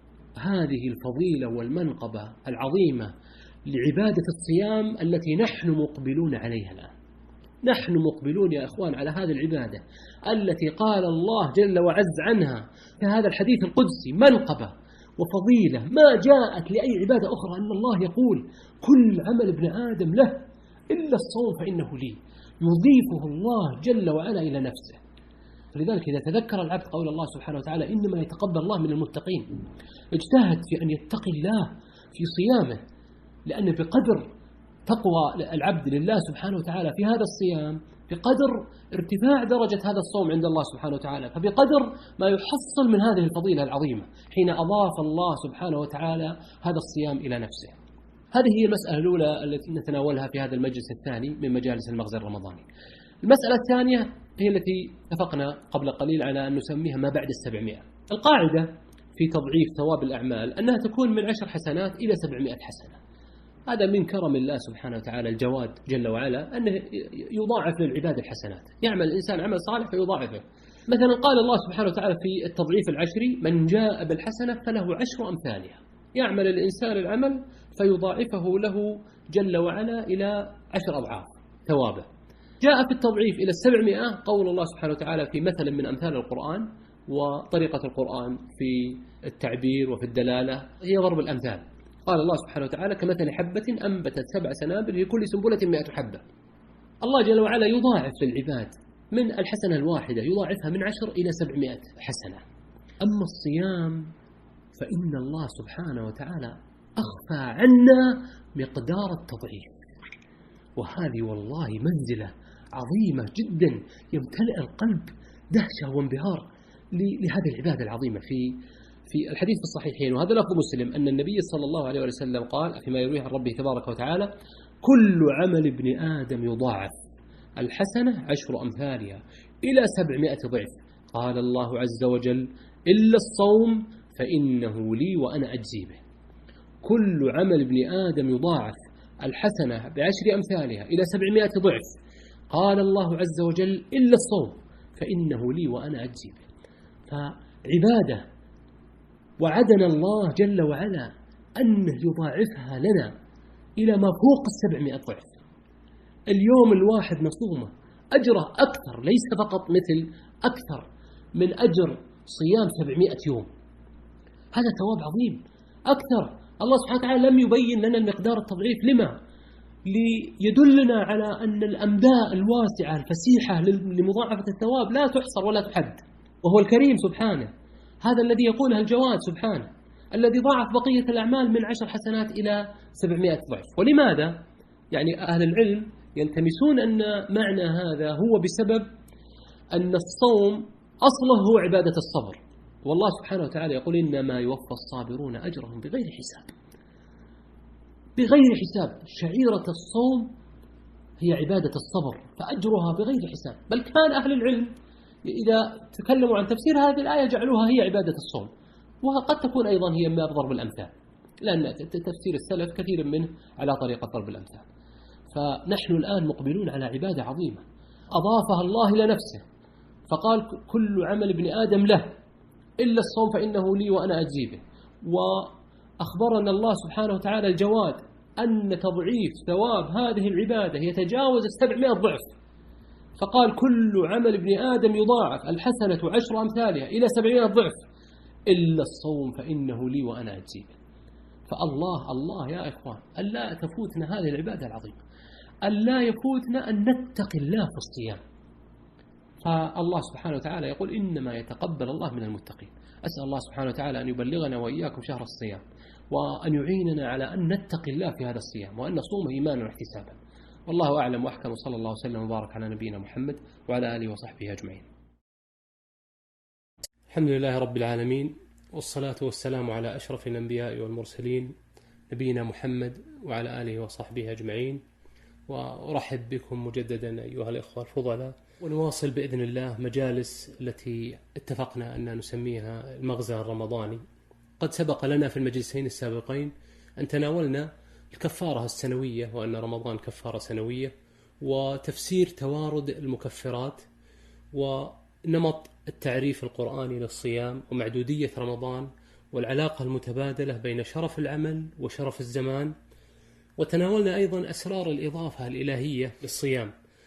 هذه الفضيلة والمنقبة العظيمة لعبادة الصيام التي نحن مقبلون عليها الآن. نحن مقبلون يا إخوان على هذه العبادة التي قال الله جل وعز عنها في هذا الحديث القدسي منقبة وفضيلة ما جاءت لأي عبادة أخرى، أن الله يقول كل عمل ابن آدم له إلا الصوم فإنه لي، يضيفه الله جل وعلا إلى نفسه. فلذلك إذا تذكر العبد قول الله سبحانه وتعالى إنما يتقبل الله من المتقين، اجتهد في أن يتقي الله في صيامه، لأن بقدر تقوى العبد لله سبحانه وتعالى في هذا الصيام بقدر ارتفاع درجة هذا الصوم عند الله سبحانه وتعالى، فبقدر ما يحصل من هذه الفضيلة العظيمة حين أضاف الله سبحانه وتعالى هذا الصيام إلى نفسه. هذه هي المسألة الأولى التي نتناولها في هذا المجلس الثاني من مجالس المغزى الرمضاني. المسألة الثانية هي التي اتفقنا قبل قليل على أن نسميها ما بعد السبعمائة. القاعدة في تضعيف ثواب الأعمال أنها تكون من عشر حسنات إلى سبعمائة حسنة. هذا من كرم الله سبحانه وتعالى الجواد جل وعلا أنه يضاعف للعباد الحسنات. يعمل الإنسان عمل صالح فيضاعفه. مثلا قال الله سبحانه وتعالى في التضعيف العشري من جاء بالحسنة فله عشر أمثالها. يعمل الإنسان العمل فيضاعفه له جل وعلا إلى عشر أضعاف ثوابه. جاء في التضعيف إلى السبعمائة قول الله سبحانه وتعالى في مثل من أمثال القرآن، وطريقة القرآن في التعبير وفي الدلالة هي ضرب الأمثال. قال الله سبحانه وتعالى كمثل حبة أنبتت سبع سنابل في كل سنبلة مئة حبة. الله جل وعلا يضاعف للعباد من الحسنة الواحدة يضاعفها من عشر إلى سبعمائة حسنة. أما الصيام فإن الله سبحانه وتعالى أخفى عنا مقدار التضعيف، وهذه والله منزلة عظيمة جدا يمتلئ القلب دهشة وانبهار لهذه العبادة العظيمة. في في الحديث في الصحيحين وهذا لفظ مسلم أن النبي صلى الله عليه وسلم قال فيما يرويه عن ربه تبارك وتعالى كل عمل ابن آدم يضاعف، الحسنة عشر أمثالها إلى سبعمائة ضعف. قال الله عز وجل إلا الصوم فإنه لي وأنا أجزي به. كل عمل ابن آدم يضاعف، الحسنة بعشر أمثالها إلى سبعمائة ضعف. قال الله عز وجل إلا الصوم فإنه لي وأنا أجزي به. فعبادة وعدنا الله جل وعلا أنه يضاعفها لنا إلى ما فوق السبعمائة ضعف. اليوم الواحد نصومه أجره أكثر، ليس فقط مثل أكثر من أجر صيام سبعمائة يوم. هذا ثواب عظيم أكثر. الله سبحانه وتعالى لم يبين لنا المقدار التضعيف لما ليدلنا على أن الأمداء الواسعة الفسيحة لمضاعفة الثواب لا تحصر ولا تحد، وهو الكريم سبحانه. هذا الذي يقوله الجواد سبحانه الذي ضاعف بقية الأعمال من عشر حسنات إلى سبعمائة ضعف. ولماذا؟ يعني أهل العلم يلتمسون أن معنى هذا هو بسبب أن الصوم أصله هو عبادة الصبر، والله سبحانه وتعالى يقول إنما يوفى الصابرون أجرهم بغير حساب. بغير حساب. شعيرة الصوم هي عبادة الصبر فأجرها بغير حساب. بل كان أهل العلم إذا تكلموا عن تفسير هذه الآية جعلوها هي عبادة الصوم، وقد تكون أيضا هي من ضرب الأمثال، لأن تفسير السلف كثير منه على طريقة ضرب الأمثال. فنحن الآن مقبلون على عبادة عظيمة أضافها الله إلى نفسه، فقال كل عمل ابن آدم له إلا الصوم فإنه لي وأنا أجزي به. وأخبرنا الله سبحانه وتعالى الجواد أن تضعيف ثواب هذه العبادة يتجاوز السبعمائة ضعف، فقال كل عمل ابن آدم يضاعف، الحسنة عشر أمثالها إلى سبعمائة ضعف إلا الصوم فإنه لي وأنا أجزي به. فالله الله يا إخوان ألا تفوتنا هذه العبادة العظيمة، أن لا يفوتنا أن نتقي الله في الصيام. فالله سبحانه وتعالى يقول إنما يتقبل الله من المتقين. أسأل الله سبحانه وتعالى أن يبلغنا وإياكم شهر الصيام، وأن يعيننا على أن نتقي الله في هذا الصيام، وأن نصوم إيمانا واحتسابا. والله أعلم وأحكم، وصلى الله وسلم وبارك على نبينا محمد وعلى آله وصحبه أجمعين. الحمد لله رب العالمين، والصلاة والسلام على أشرف الأنبياء والمرسلين نبينا محمد وعلى آله وصحبه أجمعين. وأرحب بكم مجددا أيها الإخوة الفضلاء، ونواصل بإذن الله مجالس التي اتفقنا أن نسميها المغزى الرمضاني. قد سبق لنا في المجلسين السابقين أن تناولنا الكفارة السنوية، وأن رمضان كفارة سنوية، وتفسير توارد المكفرات، ونمط التعريف القرآني للصيام، ومعدودية رمضان، والعلاقة المتبادلة بين شرف العمل وشرف الزمان. وتناولنا أيضا أسرار الإضافة الإلهية للصيام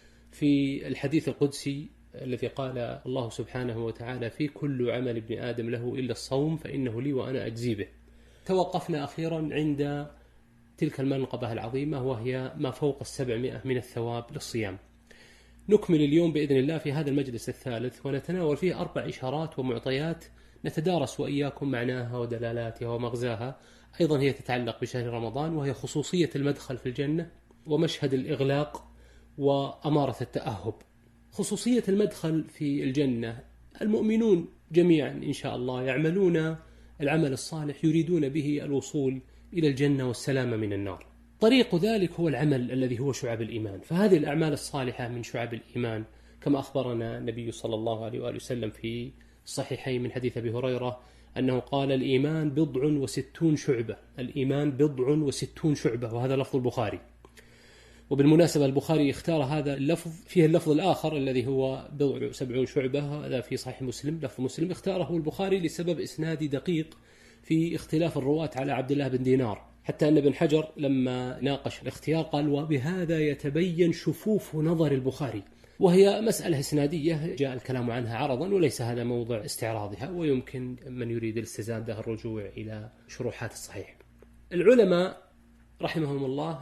في الحديث القدسي الذي قال الله سبحانه وتعالى فيه: كل عمل ابن آدم له إلا الصوم فإنه لي وأنا أجزي به. توقفنا أخيرا عند تلك المنقبة العظيمة، وهي ما فوق السبعمائة من الثواب للصيام. نكمل اليوم بإذن الله في هذا المجلس الثالث، ونتناول فيه أربع إشارات ومعطيات نتدارس وإياكم معناها ودلالاتها ومغزاها. أيضا هي تتعلق بشهر رمضان، وهي خصوصية المدخل في الجنة، ومشهد الإغلاق، وأمارة التأهب. خصوصية المدخل في الجنة: المؤمنون جميعا إن شاء الله يعملون العمل الصالح يريدون به الوصول إلى الجنة والسلامة من النار. طريق ذلك هو العمل الذي هو شعب الإيمان. فهذه الأعمال الصالحة من شعب الإيمان، كما أخبرنا النبي صلى الله عليه وآله وسلم في الصحيحين من حديث أبي هريرة أنه قال: الإيمان بضع وستون شعبة. الإيمان بضع وستون شعبة، وهذا لفظ البخاري. وبالمناسبة البخاري اختار هذا اللفظ، فيه اللفظ الآخر الذي هو بضع وسبعون شعبة، هذا في صحيح مسلم، لفظ مسلم. اختاره البخاري لسبب إسنادي دقيق في اختلاف الرواة على عبد الله بن دينار، حتى أن ابن حجر لما ناقش الاختيار قال: وبهذا يتبين شفوف نظر البخاري. وهي مسألة إسنادية جاء الكلام عنها عرضا، وليس هذا موضع استعراضها، ويمكن من يريد الاستزادة الرجوع إلى شروحات الصحيح. العلماء رحمهم الله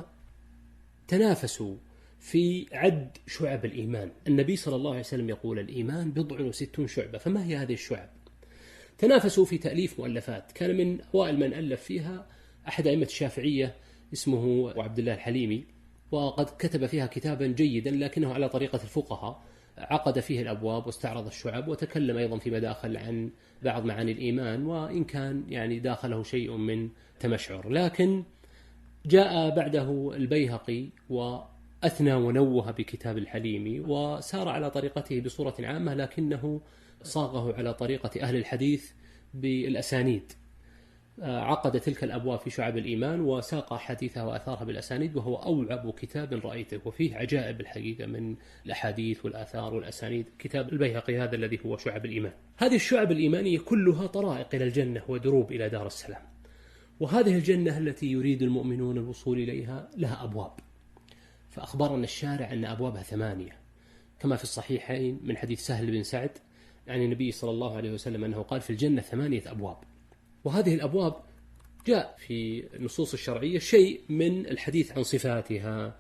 تنافسوا في عد شعب الإيمان. النبي صلى الله عليه وسلم يقول: الإيمان بضع وستون شعبة. فما هي هذه الشعب؟ تنافسوا في تأليف مؤلفات. كان من أوائل من ألف فيها أحد أئمة الشافعية اسمه عبد الله الحليمي، وقد كتب فيها كتابا جيدا، لكنه على طريقة الفقهاء، عقد فيه الأبواب واستعرض الشعب، وتكلم أيضا في مداخل عن بعض معاني الإيمان، وإن كان يعني داخله شيء من تمشعر. لكن جاء بعده البيهقي وأثنى ونوه بكتاب الحليمي، وسار على طريقته بصورة عامة، لكنه صاغه على طريقة أهل الحديث بالأسانيد. عقد تلك الأبواب في شعب الإيمان، وساق حديثها وأثارها بالأسانيد، وهو أوعب كتاب رأيته، وفيه عجائب الحقيقة من الأحاديث والآثار والأسانيد. كتاب البيهقي هذا الذي هو شعب الإيمان. هذه الشعب الإيمانية كلها طرائق إلى الجنة ودروب إلى دار السلام. وهذه الجنة التي يريد المؤمنون الوصول إليها لها أبواب. فأخبرنا الشارع أن أبوابها ثمانية، كما في الصحيحين من حديث سهل بن سعد عن النبي صلى الله عليه وسلم أنه قال: في الجنة ثمانية أبواب. وهذه الأبواب جاء في النصوص الشرعية شيء من الحديث عن صفاتها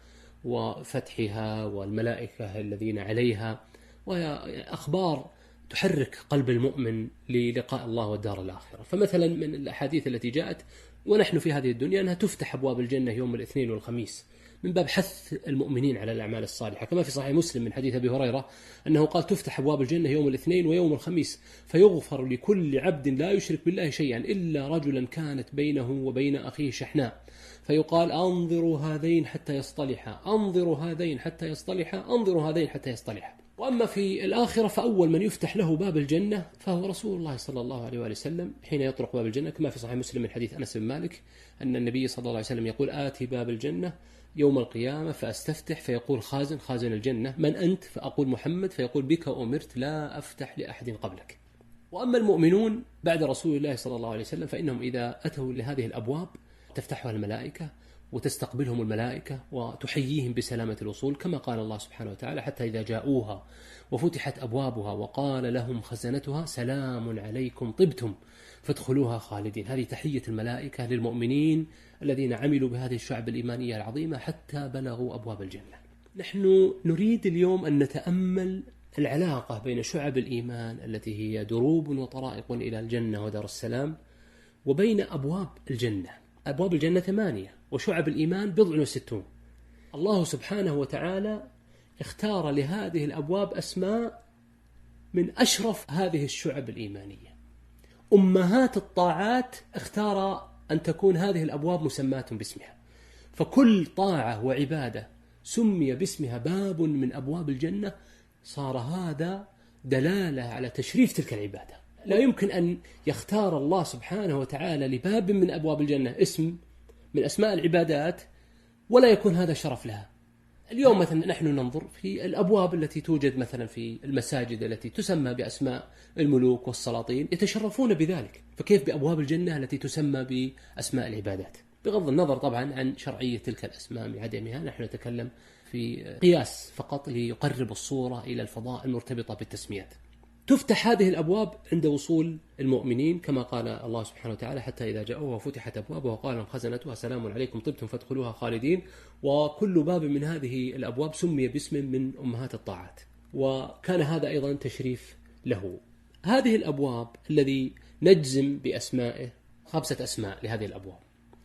وفتحها والملائكة الذين عليها، وهي أخبار تحرك قلب المؤمن للقاء الله والدار الآخرة. فمثلا من الأحاديث التي جاءت ونحن في هذه الدنيا أنها تفتح أبواب الجنة يوم الاثنين والخميس، من باب حث المؤمنين على الأعمال الصالحة، كما في صحيح مسلم من حديث أبي هريرة أنه قال: تفتح أبواب الجنة يوم الاثنين ويوم الخميس، فيغفر لكل عبد لا يشرك بالله شيئا إلا رجلا كانت بينه وبين أخيه شحناء، فيقال: أنظروا هذين حتى يصطلحا، أنظروا هذين حتى يصطلحا، أنظروا هذين حتى يصطلحا. وأما في الآخرة فأول من يفتح له باب الجنة فهو رسول الله صلى الله عليه وسلم حين يطرق باب الجنة، كما في صحيح مسلم من حديث أنس بن مالك أن النبي صلى الله عليه وسلم يقول: آتي باب الجنة يوم القيامة فأستفتح، فيقول خازن خازن الجنة: من أنت؟ فأقول: محمد، فيقول: بك أمرت لا أفتح لأحد قبلك. وأما المؤمنون بعد رسول الله صلى الله عليه وسلم فإنهم إذا أتوا لهذه الأبواب تفتحها الملائكة وتستقبلهم الملائكة وتحييهم بسلامة الوصول، كما قال الله سبحانه وتعالى: حتى إذا جاءوها وفتحت أبوابها وقال لهم خزنتها سلام عليكم طبتم فادخلوها خالدين. هذه تحية الملائكة للمؤمنين الذين عملوا بهذه الشعب الإيمانية العظيمة حتى بلغوا أبواب الجنة. نحن نريد اليوم أن نتأمل العلاقة بين شعب الإيمان التي هي دروب وطرائق إلى الجنة ودار السلام، وبين أبواب الجنة. أبواب الجنة ثمانية، وشعب الإيمان بضع وستون. الله سبحانه وتعالى اختار لهذه الأبواب أسماء من أشرف هذه الشعب الإيمانية. أمهات الطاعات اختار أن تكون هذه الأبواب مسماة باسمها، فكل طاعة وعبادة سمي باسمها باب من أبواب الجنة، صار هذا دلالة على تشريف تلك العبادة. لا يمكن أن يختار الله سبحانه وتعالى لباب من أبواب الجنة اسم من أسماء العبادات ولا يكون هذا شرف لها. اليوم مثلا نحن ننظر في الأبواب التي توجد مثلا في المساجد التي تسمى بأسماء الملوك والسلاطين، يتشرفون بذلك، فكيف بأبواب الجنة التي تسمى بأسماء العبادات؟ بغض النظر طبعا عن شرعية تلك الأسماء من عدمها، نحن نتكلم في قياس فقط ليقرب الصورة إلى الفضاء المرتبطة بالتسميات. تفتح هذه الأبواب عند وصول المؤمنين كما قال الله سبحانه وتعالى: حتى إذا جاءوها فتحت أبوابها وقال لهم خزنتها سلام عليكم طبتم فادخلوها خالدين. وكل باب من هذه الأبواب سمي باسم من أمهات الطاعات، وكان هذا أيضا تشريف له. هذه الأبواب الذي نجزم بأسمائه خمسة أسماء لهذه الأبواب،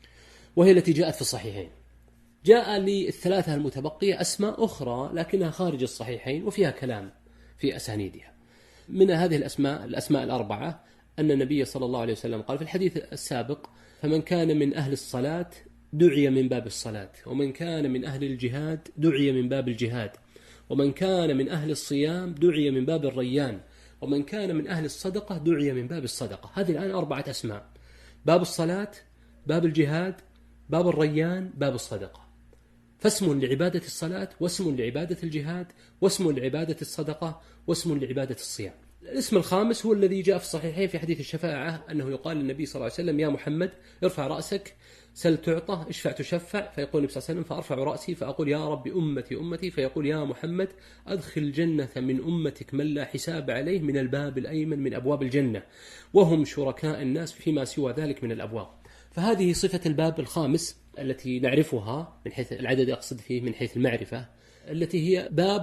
وهي التي جاءت في الصحيحين. جاء للثلاثة المتبقية أسماء أخرى لكنها خارج الصحيحين وفيها كلام في أسانيدها. من هذه الأسماء الأسماء الأربعة أن النبي صلى الله عليه وسلم قال في الحديث السابق: فمن كان من أهل الصلاة دعي من باب الصلاة، ومن كان من أهل الجهاد دعي من باب الجهاد، ومن كان من أهل الصيام دعي من باب الريان، ومن كان من أهل الصدقة دعي من باب الصدقة. هذه الآن أربعة أسماء: باب الصلاة، باب الجهاد، باب الريان، باب الصدقة. فاسم لعبادة الصلاة، واسم لعبادة الجهاد، واسم لعبادة الصدقة، واسم لعبادة الصيام. الاسم الخامس هو الذي جاء في الصحيحين في حديث الشفاعة، أنه يقال للنبي صلى الله عليه وسلم: يا محمد ارفع رأسك سل تعطى اشفع تشفع. فيقول النبي صلى الله عليه وسلم: فأرفع رأسي فأقول: يا رب أمتي أمتي. فيقول: يا محمد أدخل الجنة من أمتك من لا حساب عليه من الباب الأيمن من أبواب الجنة، وهم شركاء الناس فيما سوى ذلك من الأبواب. فهذه صفة الباب الخامس التي نعرفها من حيث العدد، أقصد فيه من حيث المعرفة، التي هي باب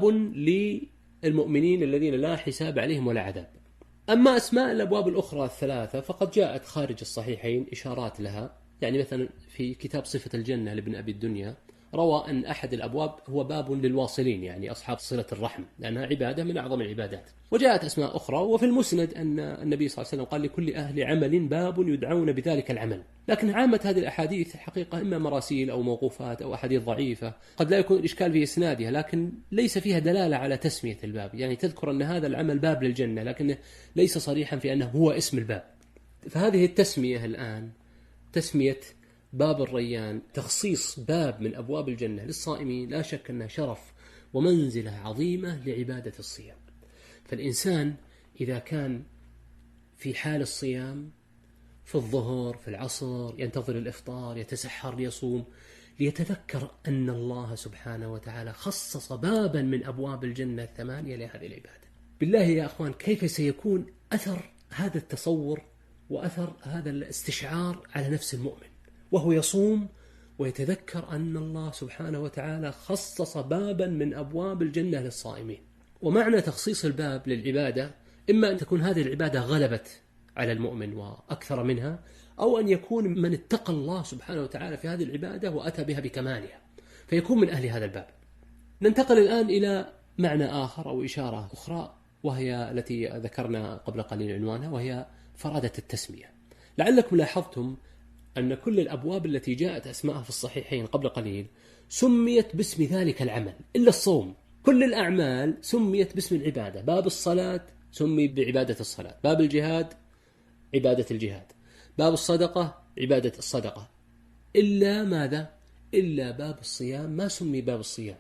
للمؤمنين الذين لا حساب عليهم ولا عذاب. أما أسماء الأبواب الأخرى الثلاثة فقد جاءت خارج الصحيحين إشارات لها. يعني مثلا في كتاب صفة الجنة لابن أبي الدنيا روى أن أحد الأبواب هو باب للواصلين، يعني أصحاب صلة الرحم، لأنها عبادة من أعظم العبادات. وجاءت أسماء أخرى. وفي المسند أن النبي صلى الله عليه وسلم قال: لكل أهل عمل باب يدعون بذلك العمل. لكن عامة هذه الأحاديث حقيقة إما مراسيل أو موقوفات أو أحاديث ضعيفة، قد لا يكون الإشكال في إسنادها، لكن ليس فيها دلالة على تسمية الباب. يعني تذكر أن هذا العمل باب للجنة، لكن ليس صريحا في أنه هو اسم الباب. فهذه التسمية الآن، تسمية باب الريان، تخصيص باب من أبواب الجنة للصائمين، لا شك أنها شرف ومنزلة عظيمة لعبادة الصيام. فالإنسان إذا كان في حال الصيام في الظهر في العصر ينتظر الإفطار يتسحر ليصوم، ليتذكر أن الله سبحانه وتعالى خصص بابا من أبواب الجنة الثمانية لهذه العبادة. بالله يا أخوان، كيف سيكون أثر هذا التصور وأثر هذا الاستشعار على نفس المؤمن وهو يصوم ويتذكر أن الله سبحانه وتعالى خصص بابا من أبواب الجنة للصائمين. ومعنى تخصيص الباب للعبادة إما أن تكون هذه العبادة غلبت على المؤمن وأكثر منها، أو أن يكون من اتقى الله سبحانه وتعالى في هذه العبادة وأتى بها بكمالها فيكون من أهل هذا الباب. ننتقل الآن إلى معنى آخر أو إشارة أخرى، وهي التي ذكرنا قبل قليل عنوانها، وهي فرادة التسمية. لعلكم لاحظتم أن كل الأبواب التي جاءت أسماءها في الصحيحين قبل قليل سميت باسم ذلك العمل إلا الصوم. كل الأعمال سميت باسم العبادة. باب الصلاة سمي بعبادة الصلاة، باب الجهاد عبادة الجهاد، باب الصدقة عبادة الصدقة، إلا ماذا؟ إلا باب الصيام ما سمي باب الصيام،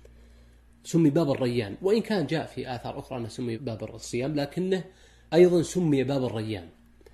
سمي باب الريان. وإن كان جاء في آثار أخرى أنه سمي باب الصيام، لكنه أيضا سمي باب الريان.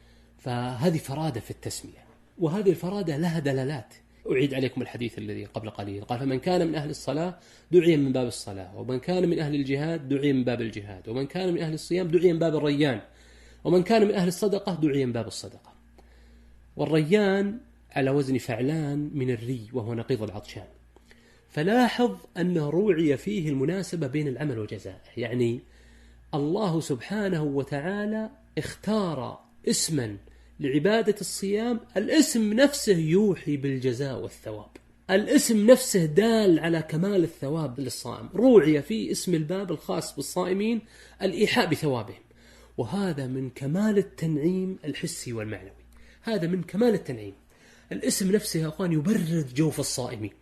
فهذه فرادة في التسمية، وهذه الفرادة لها دلالات. أعيد عليكم الحديث الذي قبل قليل، قال: فمن كان من أهل الصلاة دعي من باب الصلاة، ومن كان من أهل الجهاد دعي من باب الجهاد، ومن كان من أهل الصيام دعي من باب الريان، ومن كان من أهل الصدقة دعي من باب الصدقة. والريان على وزن فعلان من الري، وهو نقيض العطشان. فلاحظ أنه روعي فيه المناسبة بين العمل وجزائه، يعني الله سبحانه وتعالى اختار اسما لعبادة الصيام، الاسم نفسه يوحي بالجزاء والثواب، الاسم نفسه دال على كمال الثواب للصائم، روعي في اسم الباب الخاص بالصائمين الإيحاء بثوابهم، وهذا من كمال التنعيم الحسي والمعنوي، هذا من كمال التنعيم. الاسم نفسه يا أخوان يبرد جوف الصائمين،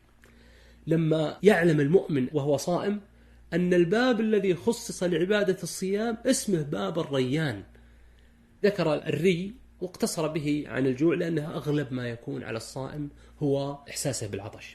لما يعلم المؤمن وهو صائم أن الباب الذي خصص لعبادة الصيام اسمه باب الريان. ذكر الري واقتصر به عن الجوع لأنه أغلب ما يكون على الصائم هو إحساسه بالعطش.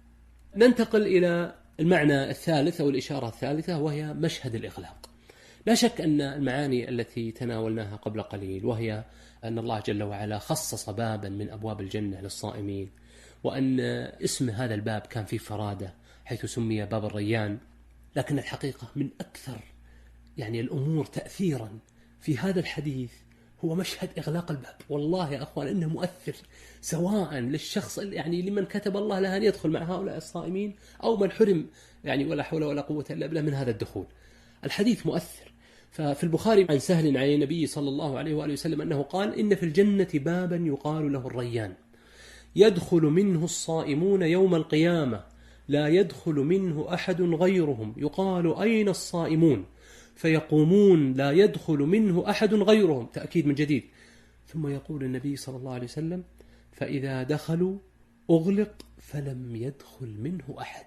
ننتقل إلى المعنى الثالث أو الإشارة الثالثة، وهي مشهد الإغلاق. لا شك أن المعاني التي تناولناها قبل قليل، وهي أن الله جل وعلا خصص بابا من أبواب الجنة للصائمين، وأن اسم هذا الباب كان فيه فرادة حيث سمي باب الريان، لكن الحقيقة من أكثر يعني الأمور تأثيرا في هذا الحديث هو مشهد إغلاق الباب. والله يا أخوان إنه مؤثر، سواء للشخص يعني لمن كتب الله له أن يدخل مع هؤلاء الصائمين، أو من حرم يعني ولا حول ولا قوة إلا بالله من هذا الدخول. الحديث مؤثر. ففي البخاري عن سهل عن النبي صلى الله عليه وآله وسلم أنه قال: إن في الجنة بابا يقال له الريان، يدخل منه الصائمون يوم القيامة، لا يدخل منه أحد غيرهم، يقال: أين الصائمون؟ فيقومون: لا يدخل منه أحد غيرهم، تأكيد من جديد. ثم يقول النبي صلى الله عليه وسلم: فإذا دخلوا أغلق فلم يدخل منه أحد.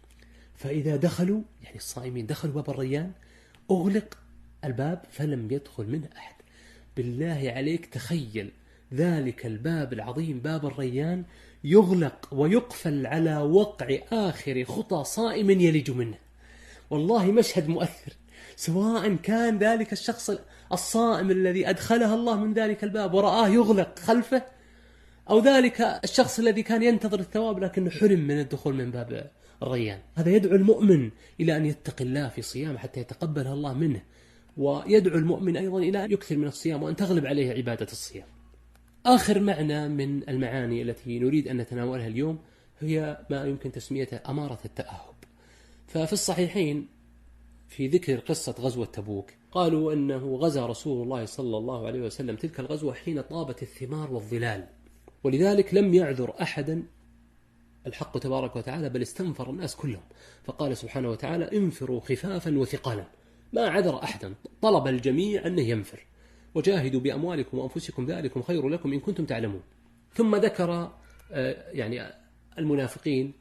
فإذا دخلوا يعني الصائمين دخلوا باب الريان، أغلق الباب فلم يدخل منه أحد. بالله عليك تخيل ذلك الباب العظيم باب الريان يغلق ويقفل على وقع آخر خطى صائم يلج منه. والله مشهد مؤثر، سواء كان ذلك الشخص الصائم الذي أدخله الله من ذلك الباب ورآه يغلق خلفه، أو ذلك الشخص الذي كان ينتظر الثواب لكنه حرم من الدخول من باب الريان. هذا يدعو المؤمن إلى أن يتقي الله في صيامه حتى يتقبلها الله منه، ويدعو المؤمن أيضا إلى أن يكثر من الصيام وأن تغلب عليه عبادة الصيام. آخر معنى من المعاني التي نريد أن نتناولها اليوم هي ما يمكن تسميته أمارة التأهب. ففي الصحيحين في ذكر قصة غزوة تبوك قالوا أنه غزا رسول الله صلى الله عليه وسلم تلك الغزوة حين طابت الثمار والظلال، ولذلك لم يعذر أحدا الحق تبارك وتعالى، بل استنفر الناس كلهم، فقال سبحانه وتعالى: انفروا خفافا وثقالا، ما عذر أحدا، طلب الجميع أنه ينفر، وجاهدوا بأموالكم وأنفسكم ذلكم خير لكم إن كنتم تعلمون. ثم ذكر يعني المنافقين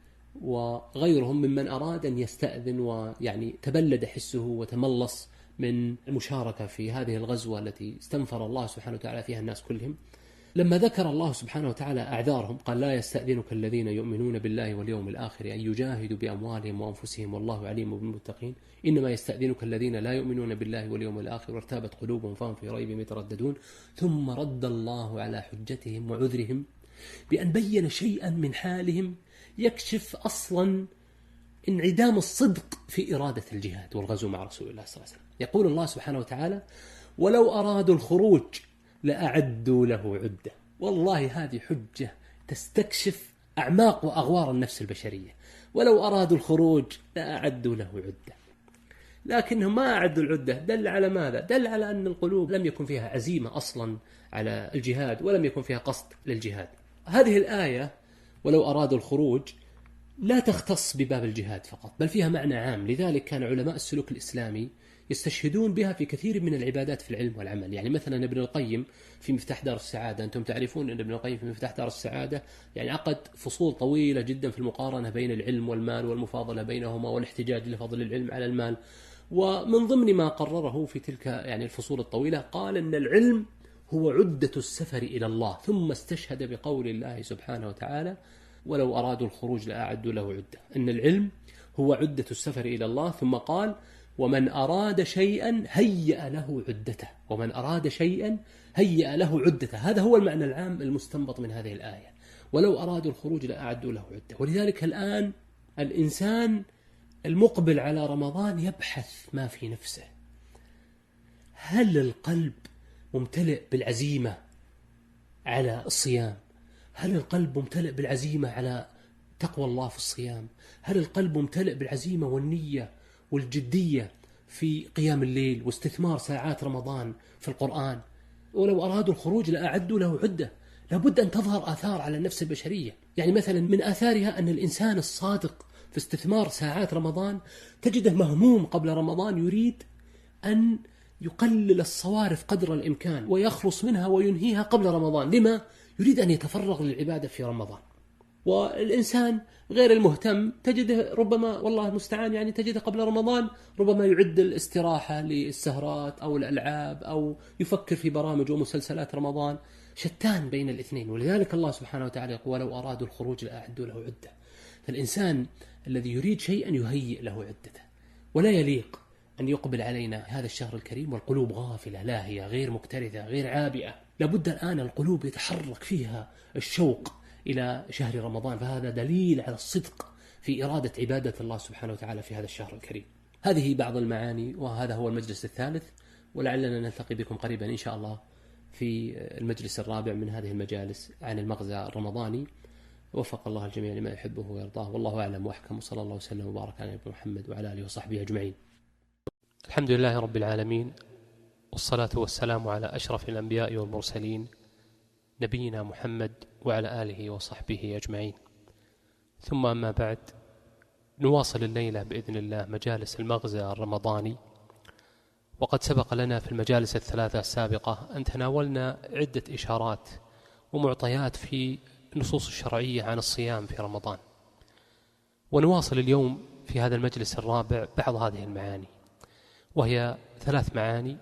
وغيرهم ممن أراد أن يستأذن ويعني تبلد حسه وتملص من المشاركة في هذه الغزوة التي استنفر الله سبحانه وتعالى فيها الناس كلهم. لما ذكر الله سبحانه وتعالى أعذارهم قال: لا يستأذنك الذين يؤمنون بالله واليوم الآخر أن يجاهدوا بأموالهم وأنفسهم والله عليم بالمتقين، إنما يستأذنك الذين لا يؤمنون بالله واليوم الآخر وارتابت قلوبهم فهم في ريبهم يترددون. ثم رد الله على حجتهم وعذرهم بأن بين شيئا من حالهم يكشف أصلا انعدام الصدق في إرادة الجهاد والغزو مع رسول الله صلى الله عليه وسلم. يقول الله سبحانه وتعالى: ولو أرادوا الخروج لأعدوا له عدة. والله هذه حجة تستكشف أعماق وأغوار النفس البشرية. ولو أرادوا الخروج لأعدوا له عدة، لكنهم ما أعدوا العدة. دل على ماذا؟ دل على أن القلوب لم يكن فيها عزيمة أصلا على الجهاد، ولم يكن فيها قصد للجهاد. هذه الآية ولو أرادوا الخروج لا تختص بباب الجهاد فقط، بل فيها معنى عام. لذلك كان علماء السلوك الإسلامي يستشهدون بها في كثير من العبادات في العلم والعمل. يعني مثلا ابن القيم في مفتاح دار السعادة، أنتم تعرفون أن ابن القيم في مفتاح دار السعادة يعني عقد فصول طويلة جدا في المقارنة بين العلم والمال والمفاضلة بينهما والاحتجاج لفضل العلم على المال. ومن ضمن ما قرره في تلك يعني الفصول الطويلة قال أن العلم هو عدة السفر إلى الله، ثم استشهد بقول الله سبحانه وتعالى: ولو أرادوا الخروج لأعدوا له عدة. أن العلم هو عدة السفر إلى الله، ثم قال: ومن أراد شيئا هيأ له عدته، ومن أراد شيئا هيأ له عدته. هذا هو المعنى العام المستنبط من هذه الآية، ولو أرادوا الخروج لأعدوا له عدة. ولذلك الآن الإنسان المقبل على رمضان يبحث ما في نفسه. هل القلب ممتلئ بالعزيمة على الصيام؟ هل القلب ممتلئ بالعزيمة على تقوى الله في الصيام؟ هل القلب ممتلئ بالعزيمة والنية والجدية في قيام الليل واستثمار ساعات رمضان في القرآن؟ ولو أرادوا الخروج لأعدوا له عدة. لابد أن تظهر آثار على النفس البشرية. يعني مثلا من آثارها أن الإنسان الصادق في استثمار ساعات رمضان تجده مهموم قبل رمضان، يريد أن يقلل الصوارف قدر الإمكان ويخلص منها وينهيها قبل رمضان. لما؟ يريد أن يتفرغ للعبادة في رمضان. والإنسان غير المهتم تجده ربما، والله المستعان، يعني تجده قبل رمضان ربما يعد الاستراحة للسهرات أو الألعاب أو يفكر في برامج ومسلسلات رمضان. شتان بين الاثنين. ولذلك الله سبحانه وتعالى يقول ولو أرادوا الخروج لأعدوا له عدة. فالإنسان الذي يريد شيئا يهيئ له عدته. ولا يليق أن يقبل علينا هذا الشهر الكريم والقلوب غافلة لاهية غير مكترثة غير عابئة. لابد الآن القلوب يتحرك فيها الشوق إلى شهر رمضان. فهذا دليل على الصدق في إرادة عبادة الله سبحانه وتعالى في هذا الشهر الكريم. هذه بعض المعاني، وهذا هو المجلس الثالث، ولعلنا نلتقي بكم قريبا إن شاء الله في المجلس الرابع من هذه المجالس عن المغزى الرمضاني. وفق الله الجميع لما يحبه ويرضاه، والله أعلم وأحكم، وصلى الله وسلم وبارك على نبينا محمد وعلى آله وصحبه أجمعين. الحمد لله رب العالمين، والصلاة والسلام على أشرف الأنبياء والمرسلين نبينا محمد وعلى آله وصحبه أجمعين. ثم أما بعد، نواصل الليلة بإذن الله مجالس المغزى الرمضاني. وقد سبق لنا في المجالس الثلاثة السابقة أن تناولنا عدة إشارات ومعطيات في النصوص الشرعية عن الصيام في رمضان. ونواصل اليوم في هذا المجلس الرابع بعض هذه المعاني، وهي ثلاث معاني: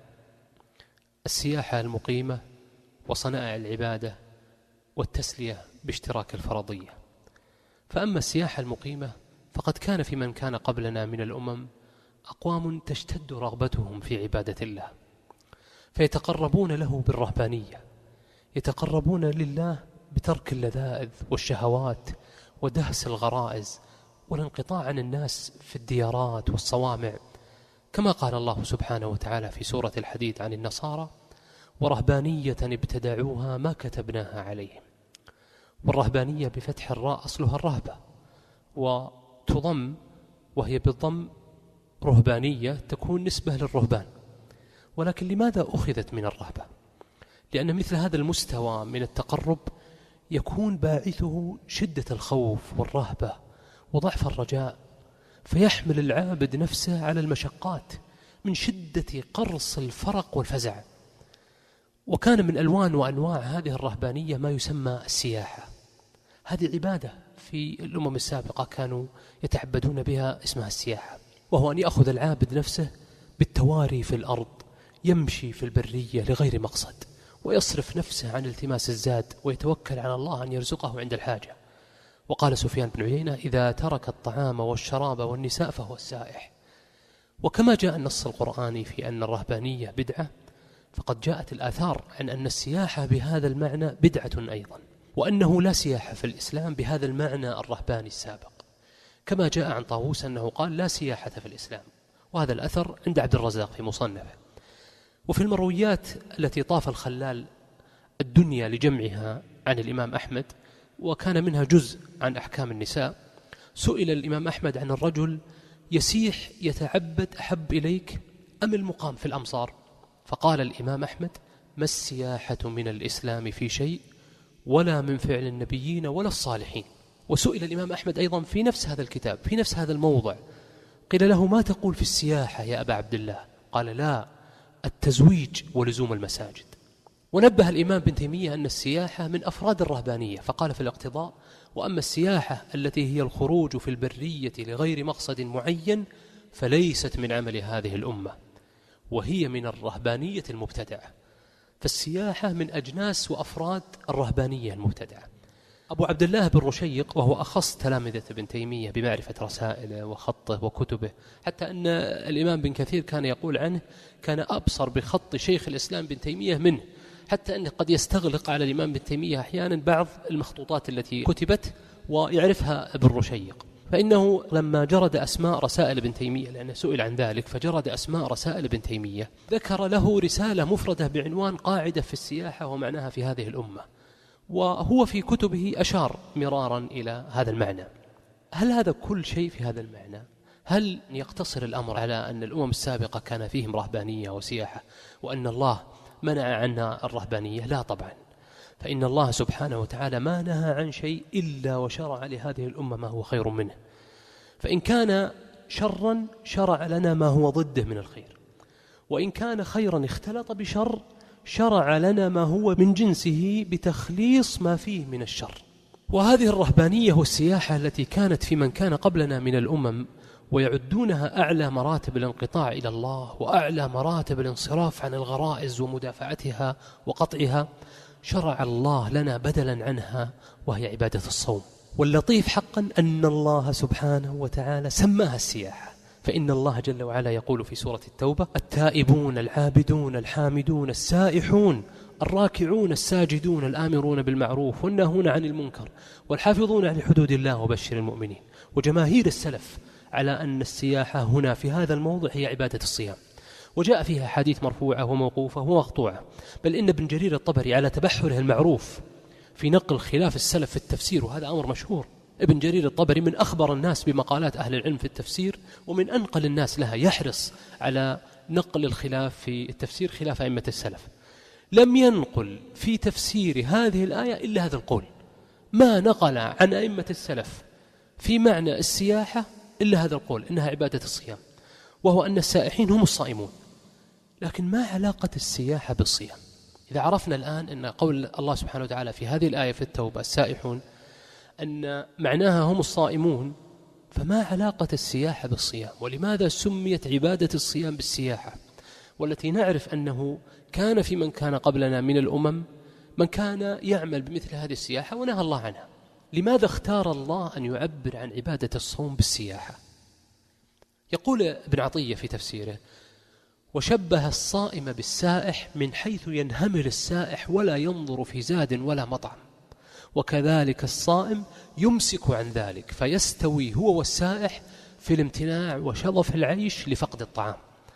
السياحة المقيمة، وصنائع العبادة، والتسلية باشتراك الفرضية. فأما السياحة المقيمة فقد كان في من كان قبلنا من الأمم أقوام تشتد رغبتهم في عبادة الله، فيتقربون له بالرهبانية، يتقربون لله بترك اللذائذ والشهوات ودهس الغرائز والانقطاع عن الناس في الديارات والصوامع، كما قال الله سبحانه وتعالى في سورة الحديد عن النصارى: ورهبانية ابتدعوها ما كتبناها عليهم. والرهبانية بفتح الراء أصلها الرهبة، وتضم وهي بالضم رهبانية تكون نسبة للرهبان. ولكن لماذا أخذت من الرهبة؟ لأن مثل هذا المستوى من التقرب يكون باعثه شدة الخوف والرهبة وضعف الرجاء، فيحمل العابد نفسه على المشقات من شدة قرص الفرق والفزع. وكان من ألوان وأنواع هذه الرهبانية ما يسمى السياحة. هذه عبادة في الأمم السابقة كانوا يتعبدون بها، اسمها السياحة، وهو أن يأخذ العابد نفسه بالتواري في الأرض، يمشي في البرية لغير مقصد، ويصرف نفسه عن التماس الزاد، ويتوكل على الله أن يرزقه عند الحاجة. وقال سفيان بن عيينة: إذا ترك الطعام والشراب والنساء فهو السائح. وكما جاء النص القرآني في أن الرهبانية بدعة، فقد جاءت الآثار عن أن السياحة بهذا المعنى بدعة أيضا، وأنه لا سياحة في الإسلام بهذا المعنى الرهباني السابق، كما جاء عن طاووس أنه قال: لا سياحة في الإسلام. وهذا الأثر عند عبد الرزاق في مصنفه. وفي المرويات التي طاف الخلال الدنيا لجمعها عن الإمام أحمد، وكان منها جزء عن أحكام النساء، سئل الإمام أحمد عن الرجل يسيح يتعبد أحب إليك أم المقام في الأمصار؟ فقال الإمام أحمد: ما السياحة من الإسلام في شيء، ولا من فعل النبيين ولا الصالحين. وسئل الإمام أحمد أيضا في نفس هذا الكتاب في نفس هذا الموضع، قيل له: ما تقول في السياحة يا أبا عبد الله؟ قال: لا، التزويج ولزوم المساجد. ونبه الإمام بن تيمية أن السياحة من أفراد الرهبانية، فقال في الاقتضاء: وأما السياحة التي هي الخروج في البرية لغير مقصد معين فليست من عمل هذه الأمة، وهي من الرهبانية المبتدعة. فالسياحة من أجناس وأفراد الرهبانية المبتدعة. أبو عبد الله بن رشيق، وهو أخص تلامذة ابن تيمية بمعرفة رسائله وخطه وكتبه، حتى أن الإمام بن كثير كان يقول عنه: كان أبصر بخط شيخ الإسلام بن تيمية منه، حتى أنه قد يستغلق على الإمام بن تيمية أحيانا بعض المخطوطات التي كتبت ويعرفها ابن رشيق. فإنه لما جرد أسماء رسائل ابن تيمية، لأنه سئل عن ذلك، فجرد أسماء رسائل ابن تيمية، ذكر له رسالة مفردة بعنوان قاعدة في السياحة ومعناها في هذه الأمة، وهو في كتبه أشار مرارا إلى هذا المعنى. هل هذا كل شيء في هذا المعنى؟ هل يقتصر الأمر على أن الأمم السابقة كان فيهم رهبانية وسياحة وأن الله منع عنها الرهبانية؟ لا طبعا، فإن الله سبحانه وتعالى ما نهى عن شيء إلا وشرع لهذه الأمة ما هو خير منه، فإن كان شرا شرع لنا ما هو ضده من الخير، وإن كان خيرا اختلط بشر شرع لنا ما هو من جنسه بتخليص ما فيه من الشر. وهذه الرهبانية والسياحة التي كانت في من كان قبلنا من الأمم ويعدونها أعلى مراتب الانقطاع إلى الله وأعلى مراتب الانصراف عن الغرائز ومدافعتها وقطعها، شرع الله لنا بدلا عنها وهي عبادة الصوم. واللطيف حقا أن الله سبحانه وتعالى سماها السياحة، فإن الله جل وعلا يقول في سورة التوبة: التائبون العابدون الحامدون السائحون الراكعون الساجدون الآمرون بالمعروف والناهون عن المنكر والحافظون على حدود الله وبشر المؤمنين. وجماهير السلف على أن السياحة هنا في هذا الموضع هي عبادة الصيام، وجاء فيها حديث مرفوعة وموقوفة ومقطوعة، بل إن ابن جرير الطبري على تبحره المعروف في نقل خلاف السلف في التفسير، وهذا أمر مشهور. ابن جرير الطبري من أخبر الناس بمقالات أهل العلم في التفسير ومن أنقل الناس لها، يحرص على نقل الخلاف في التفسير خلاف أئمة السلف. لم ينقل في تفسير هذه الآية إلا هذا القول، ما نقل عن أئمة السلف في معنى السياحة إلا هذا القول، إنها عبادة الصيام، وهو أن السائحين هم الصائمون. لكن ما علاقة السياحة بالصيام؟ إذا عرفنا الآن أن قول الله سبحانه وتعالى في هذه الآية في التوبة السائحون أن معناها هم الصائمون، فما علاقة السياحة بالصيام؟ ولماذا سميت عبادة الصيام بالسياحة، والتي نعرف أنه كان في من كان قبلنا من الأمم من كان يعمل بمثل هذه السياحة ونهى الله عنها؟ لماذا اختار الله أن يعبر عن عبادة الصوم بالسياحة؟ يقول ابن عطية في تفسيره: وشبه الصائم بالسائح من حيث ينهمل السائح ولا ينظر في زاد ولا مطعم، وكذلك الصائم يمسك عن ذلك فيستوي هو والسائح في الامتناع وشظف العيش لفقد الطعام.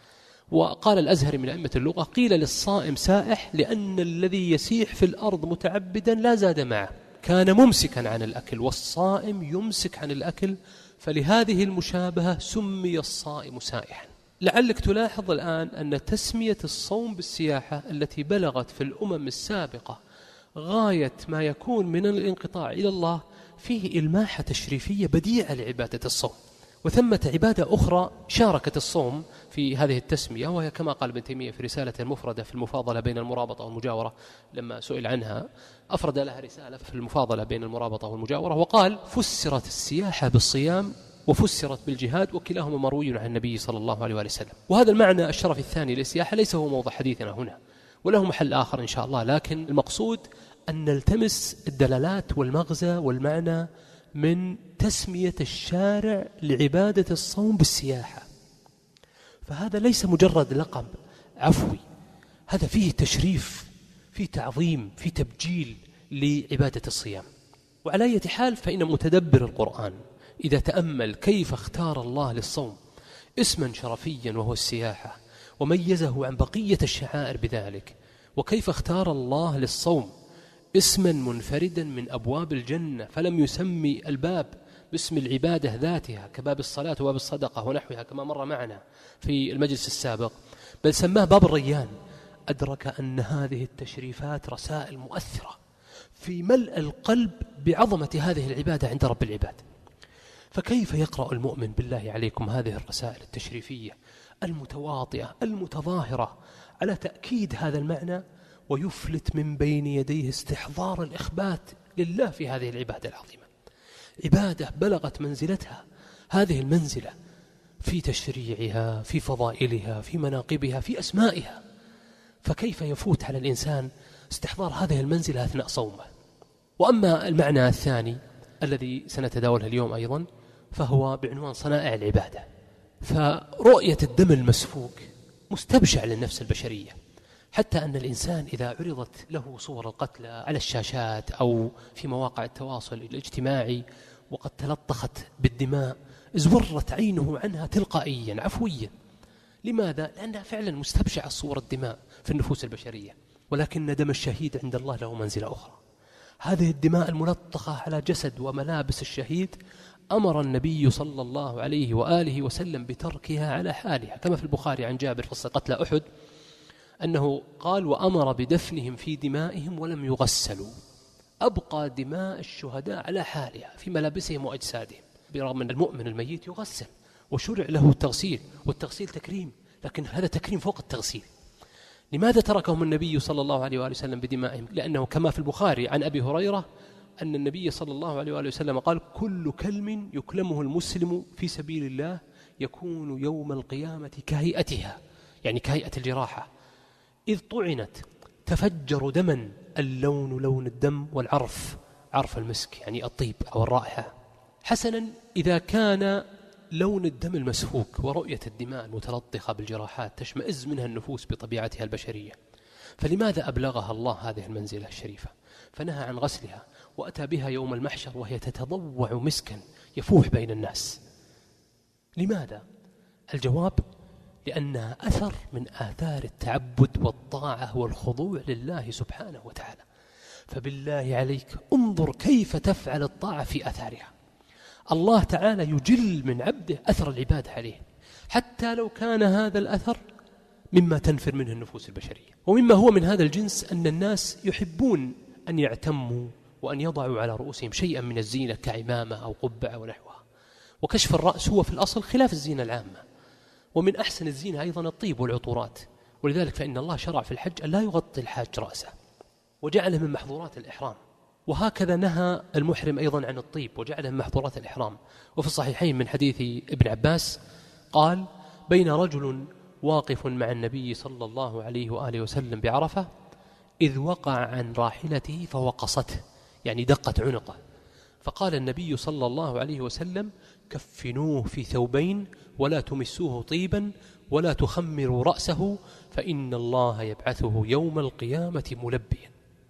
وقال الأزهري من أئمة اللغة: قيل للصائم سائح لأن الذي يسيح في الأرض متعبدا لا زاد معه، كان ممسكا عن الأكل، والصائم يمسك عن الأكل، فلهذه المشابهة سمي الصائم سائحا. لعلك تلاحظ الآن أن تسمية الصوم بالسياحة التي بلغت في الأمم السابقة غاية ما يكون من الانقطاع إلى الله فيه إلماحة تشريفية بديعة لعبادة الصوم. وثمة عبادة أخرى شاركت الصوم في هذه التسمية، وهي كما قال ابن تيمية في رسالة المفردة في المفاضلة بين المرابطة والمجاورة، لما سئل عنها أفرد لها رسالة في المفاضلة بين المرابطة والمجاورة، وقال: فسرت السياحة بالصيام وفسرت بالجهاد، وكلاهما مروي عن النبي صلى الله عليه وسلم. وهذا المعنى الشرف الثاني للسياحة ليس هو موضع حديثنا هنا، وله محل آخر إن شاء الله، لكن المقصود أن نلتمس الدلالات والمغزى والمعنى من تسمية الشارع لعبادة الصوم بالسياحة. فهذا ليس مجرد لقب عفوي، هذا فيه تشريف، فيه تعظيم، فيه تبجيل لعبادة الصيام. وعلى أي حال فإن متدبر القرآن إذا تأمل كيف اختار الله للصوم اسما شرفيا وهو السياحة وميزه عن بقية الشعائر بذلك، وكيف اختار الله للصوم اسما منفردا من أبواب الجنة فلم يسمي الباب باسم العبادة ذاتها كباب الصلاة وباب الصدقة ونحوها كما مر معنا في المجلس السابق، بل سماه باب الريان، أدرك أن هذه التشريفات رسائل مؤثرة في ملء القلب بعظمة هذه العبادة عند رب العباد. فكيف يقرأ المؤمن بالله عليكم هذه الرسائل التشريفية المتواطئة المتظاهرة على تأكيد هذا المعنى ويفلت من بين يديه استحضار الإخبات لله في هذه العبادة العظيمة؟ عبادة بلغت منزلتها هذه المنزلة في تشريعها، في فضائلها، في مناقبها، في أسمائها، فكيف يفوت على الإنسان استحضار هذه المنزلة أثناء صومه؟ وأما المعنى الثاني الذي سنتداوله اليوم أيضا فهو بعنوان صنائع العبادة. فرؤية الدم المسفوك مستبشع للنفس البشرية، حتى أن الإنسان إذا عرضت له صور القتلى على الشاشات أو في مواقع التواصل الاجتماعي وقد تلطخت بالدماء ازورت عينه عنها تلقائيا عفويا. لماذا؟ لأنها فعلا مستبشع صور الدماء في النفوس البشرية، ولكن دم الشهيد عند الله له منزلة أخرى. هذه الدماء الملطخة على جسد وملابس الشهيد أمر النبي صلى الله عليه وآله وسلم بتركها على حالها، كما في البخاري عن جابر قصة قتل أحد أنه قال: وأمر بدفنهم في دمائهم ولم يغسلوا، أبقى دماء الشهداء على حالها في ملابسهم وأجسادهم، برغم أن المؤمن الميت يغسل وشرع له التغسيل، والتغسيل تكريم، لكن هذا تكريم فوق التغسيل. لماذا تركهم النبي صلى الله عليه وآله وسلم بدمائهم؟ لأنه كما في البخاري عن أبي هريرة أن النبي صلى الله عليه وآله وسلم قال: كل كلم يكلمه المسلم في سبيل الله يكون يوم القيامة كهيئتها، يعني كهيئة الجراحة، إذ طعنت تفجر دما، اللون لون الدم، والعرف عرف المسك يعني الطيب أو الرائحة. حسنا، إذا كان لون الدم المسفوك ورؤية الدماء المتلطخة بالجراحات تشمئز منها النفوس بطبيعتها البشرية، فلماذا أبلغها الله هذه المنزلة الشريفة فنهى عن غسلها وأتى بها يوم المحشر وهي تتضوع مسكا يفوح بين الناس؟ لماذا؟ الجواب: لأنها أثر من آثار التعبد والطاعة والخضوع لله سبحانه وتعالى. فبالله عليك انظر كيف تفعل الطاعة في أثارها. الله تعالى يجل من عبده أثر العبادة عليه، حتى لو كان هذا الأثر مما تنفر منه النفوس البشرية. ومما هو من هذا الجنس أن الناس يحبون أن يعتموا وأن يضعوا على رؤوسهم شيئا من الزينة كعمامة أو قبعة ونحوها، وكشف الرأس هو في الأصل خلاف الزينة العامة. ومن أحسن الزينة أيضا الطيب والعطورات، ولذلك فإن الله شرع في الحج أن لا يغطي الحاج رأسه وجعله من محظورات الإحرام، وهكذا نهى المحرم أيضا عن الطيب وجعله من محظورات الإحرام. وفي الصحيحين من حديث ابن عباس قال: بين رجل واقف مع النبي صلى الله عليه وآله وسلم بعرفة إذ وقع عن راحلته فوقصته، يعني دقت عنقه، فقال النبي صلى الله عليه وسلم: كفنوه في ثوبين ولا تمسوه طيبا ولا تخمروا رأسه فإن الله يبعثه يوم القيامة ملبيا.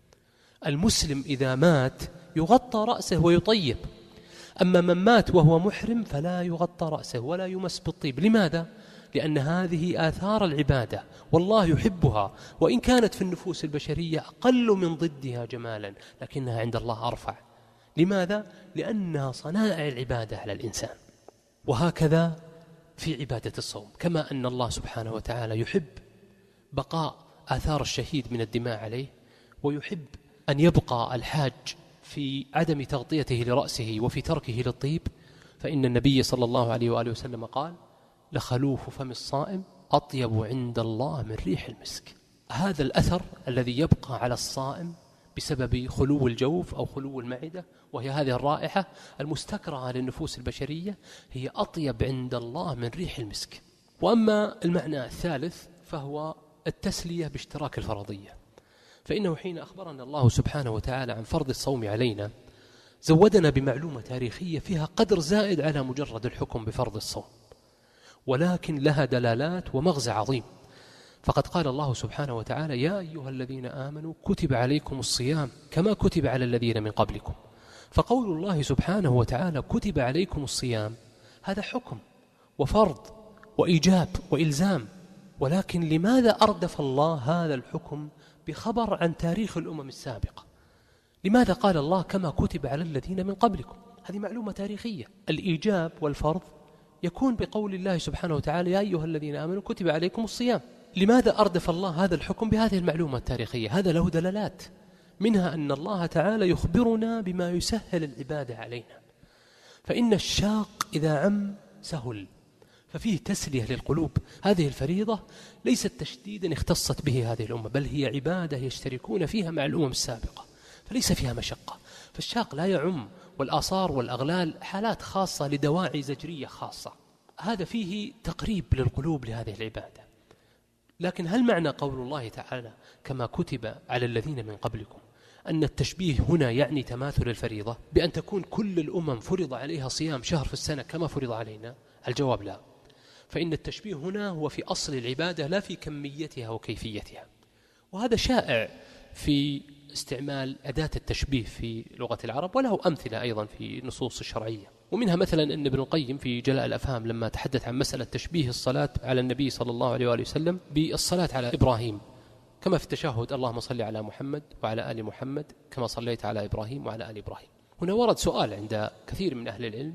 المسلم إذا مات يغطى رأسه ويطيب، أما من مات وهو محرم فلا يغطى رأسه ولا يمس بالطيب. لماذا؟ لأن هذه آثار العبادة والله يحبها، وإن كانت في النفوس البشرية أقل من ضدها جمالا لكنها عند الله أرفع. لماذا؟ لأنها صنائع العبادة على الإنسان. وهكذا في عبادة الصوم، كما أن الله سبحانه وتعالى يحب بقاء آثار الشهيد من الدماء عليه، ويحب أن يبقى الحاج في عدم تغطيته لرأسه وفي تركه للطيب، فإن النبي صلى الله عليه وآله وسلم قال: لخلوف فم الصائم أطيب عند الله من ريح المسك. هذا الأثر الذي يبقى على الصائم بسبب خلو الجوف أو خلو المعدة، وهي هذه الرائحة المستكرهة للنفوس البشرية، هي أطيب عند الله من ريح المسك. وأما المعنى الثالث فهو التسلية باشتراك الفرضية، فإنه حين أخبرنا الله سبحانه وتعالى عن فرض الصوم علينا زودنا بمعلومة تاريخية فيها قدر زائد على مجرد الحكم بفرض الصوم، ولكن لها دلالات ومغزى عظيم. فقد قال الله سبحانه وتعالى: يا أيها الذين آمنوا كتب عليكم الصيام كما كتب على الذين من قبلكم. فقول الله سبحانه وتعالى كتب عليكم الصيام هذا حكم وفرض وإيجاب وإلزام، ولكن لماذا أردف الله هذا الحكم بخبر عن تاريخ الأمم السابقة؟ لماذا قال الله كما كتب على الذين من قبلكم؟ هذه معلومة تاريخية. الإيجاب والفرض يكون بقول الله سبحانه وتعالى: يا أيها الذين آمنوا كتب عليكم الصيام. لماذا أردف الله هذا الحكم بهذه المعلومة التاريخية؟ هذا له دلالات، منها أن الله تعالى يخبرنا بما يسهل العبادة علينا، فإن الشاق إذا عم سهل، ففيه تسلية للقلوب. هذه الفريضة ليست تشديدا اختصت به هذه الأمة، بل هي عبادة يشتركون فيها مع الأمم السابقة، فليس فيها مشقة. فالشاق لا يعم، والآثار والأغلال حالات خاصة لدواعي زجرية خاصة، هذا فيه تقريب للقلوب لهذه العبادة. لكن هل معنى قول الله تعالى كما كتب على الذين من قبلكم أن التشبيه هنا يعني تماثل الفريضة بأن تكون كل الأمم فرض عليها صيام شهر في السنة كما فرض علينا؟ الجواب لا، فإن التشبيه هنا هو في أصل العبادة لا في كميتها وكيفيتها. وهذا شائع في استعمال أداة التشبيه في لغة العرب، وله أمثلة أيضا في النصوص الشرعية، ومنها مثلا أن ابن القيم في جلاء الأفهام لما تحدث عن مسألة تشبيه الصلاة على النبي صلى الله عليه وآله وسلم بالصلاة على إبراهيم، كما في التشهد: اللهم صل على محمد وعلى آل محمد كما صليت على إبراهيم وعلى آل إبراهيم. هنا ورد سؤال عند كثير من أهل العلم: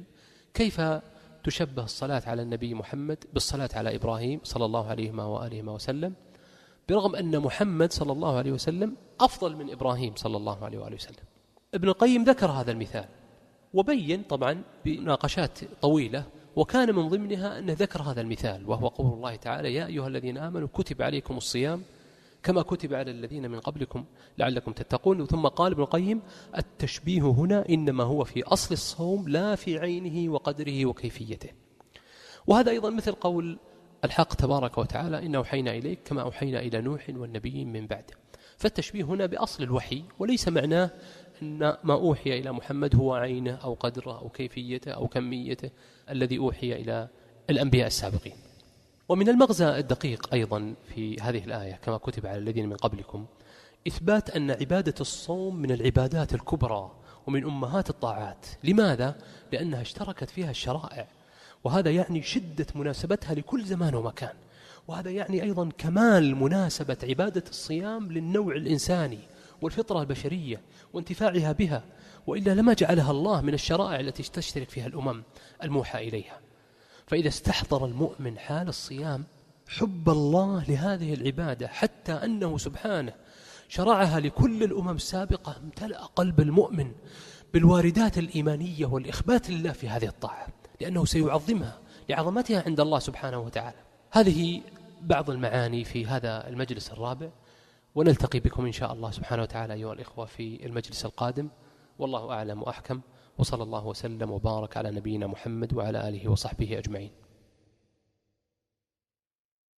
كيف تشبه الصلاة على النبي محمد بالصلاة على إبراهيم صلى الله عليه وآله وسلم، برغم أن محمد صلى الله عليه وسلم أفضل من إبراهيم صلى الله عليه وآله وسلم. ابن القيم ذكر هذا المثال وبين طبعا بناقشات طويلة، وكان من ضمنها أنه ذكر هذا المثال، وهو قول الله تعالى: يا أيها الذين آمنوا كتب عليكم الصيام كما كتب على الذين من قبلكم لعلكم تتقون. ثم قال ابن القيم: التشبيه هنا إنما هو في أصل الصوم لا في عينه وقدره وكيفيته. وهذا أيضا مثل قول الحق تبارك وتعالى: إنا أوحينا إليك كما أوحينا إلى نوح والنبيين من بعده. فالتشبيه هنا بأصل الوحي، وليس معناه أن ما أوحي إلى محمد هو عينه أو قدره أو كيفيته أو كميته الذي أوحي إلى الأنبياء السابقين. ومن المغزى الدقيق أيضا في هذه الآية كما كتب على الذين من قبلكم إثبات أن عبادة الصوم من العبادات الكبرى ومن أمهات الطاعات. لماذا؟ لأنها اشتركت فيها الشرائع، وهذا يعني شدة مناسبتها لكل زمان ومكان، وهذا يعني أيضا كمال مناسبة عبادة الصيام للنوع الإنساني والفطرة البشرية وانتفاعها بها، وإلا لما جعلها الله من الشرائع التي تشترك فيها الأمم الموحى إليها. فإذا استحضر المؤمن حال الصيام حب الله لهذه العبادة حتى أنه سبحانه شرعها لكل الأمم السابقة، امتلأ قلب المؤمن بالواردات الإيمانية والإخبات لله في هذه الطاعة، لأنه سيعظمها لعظمتها عند الله سبحانه وتعالى. هذه بعض المعاني في هذا المجلس الرابع، ونلتقي بكم إن شاء الله سبحانه وتعالى أيها الإخوة في المجلس القادم، والله أعلم وأحكم، وصلى الله وسلم وبارك على نبينا محمد وعلى آله وصحبه أجمعين.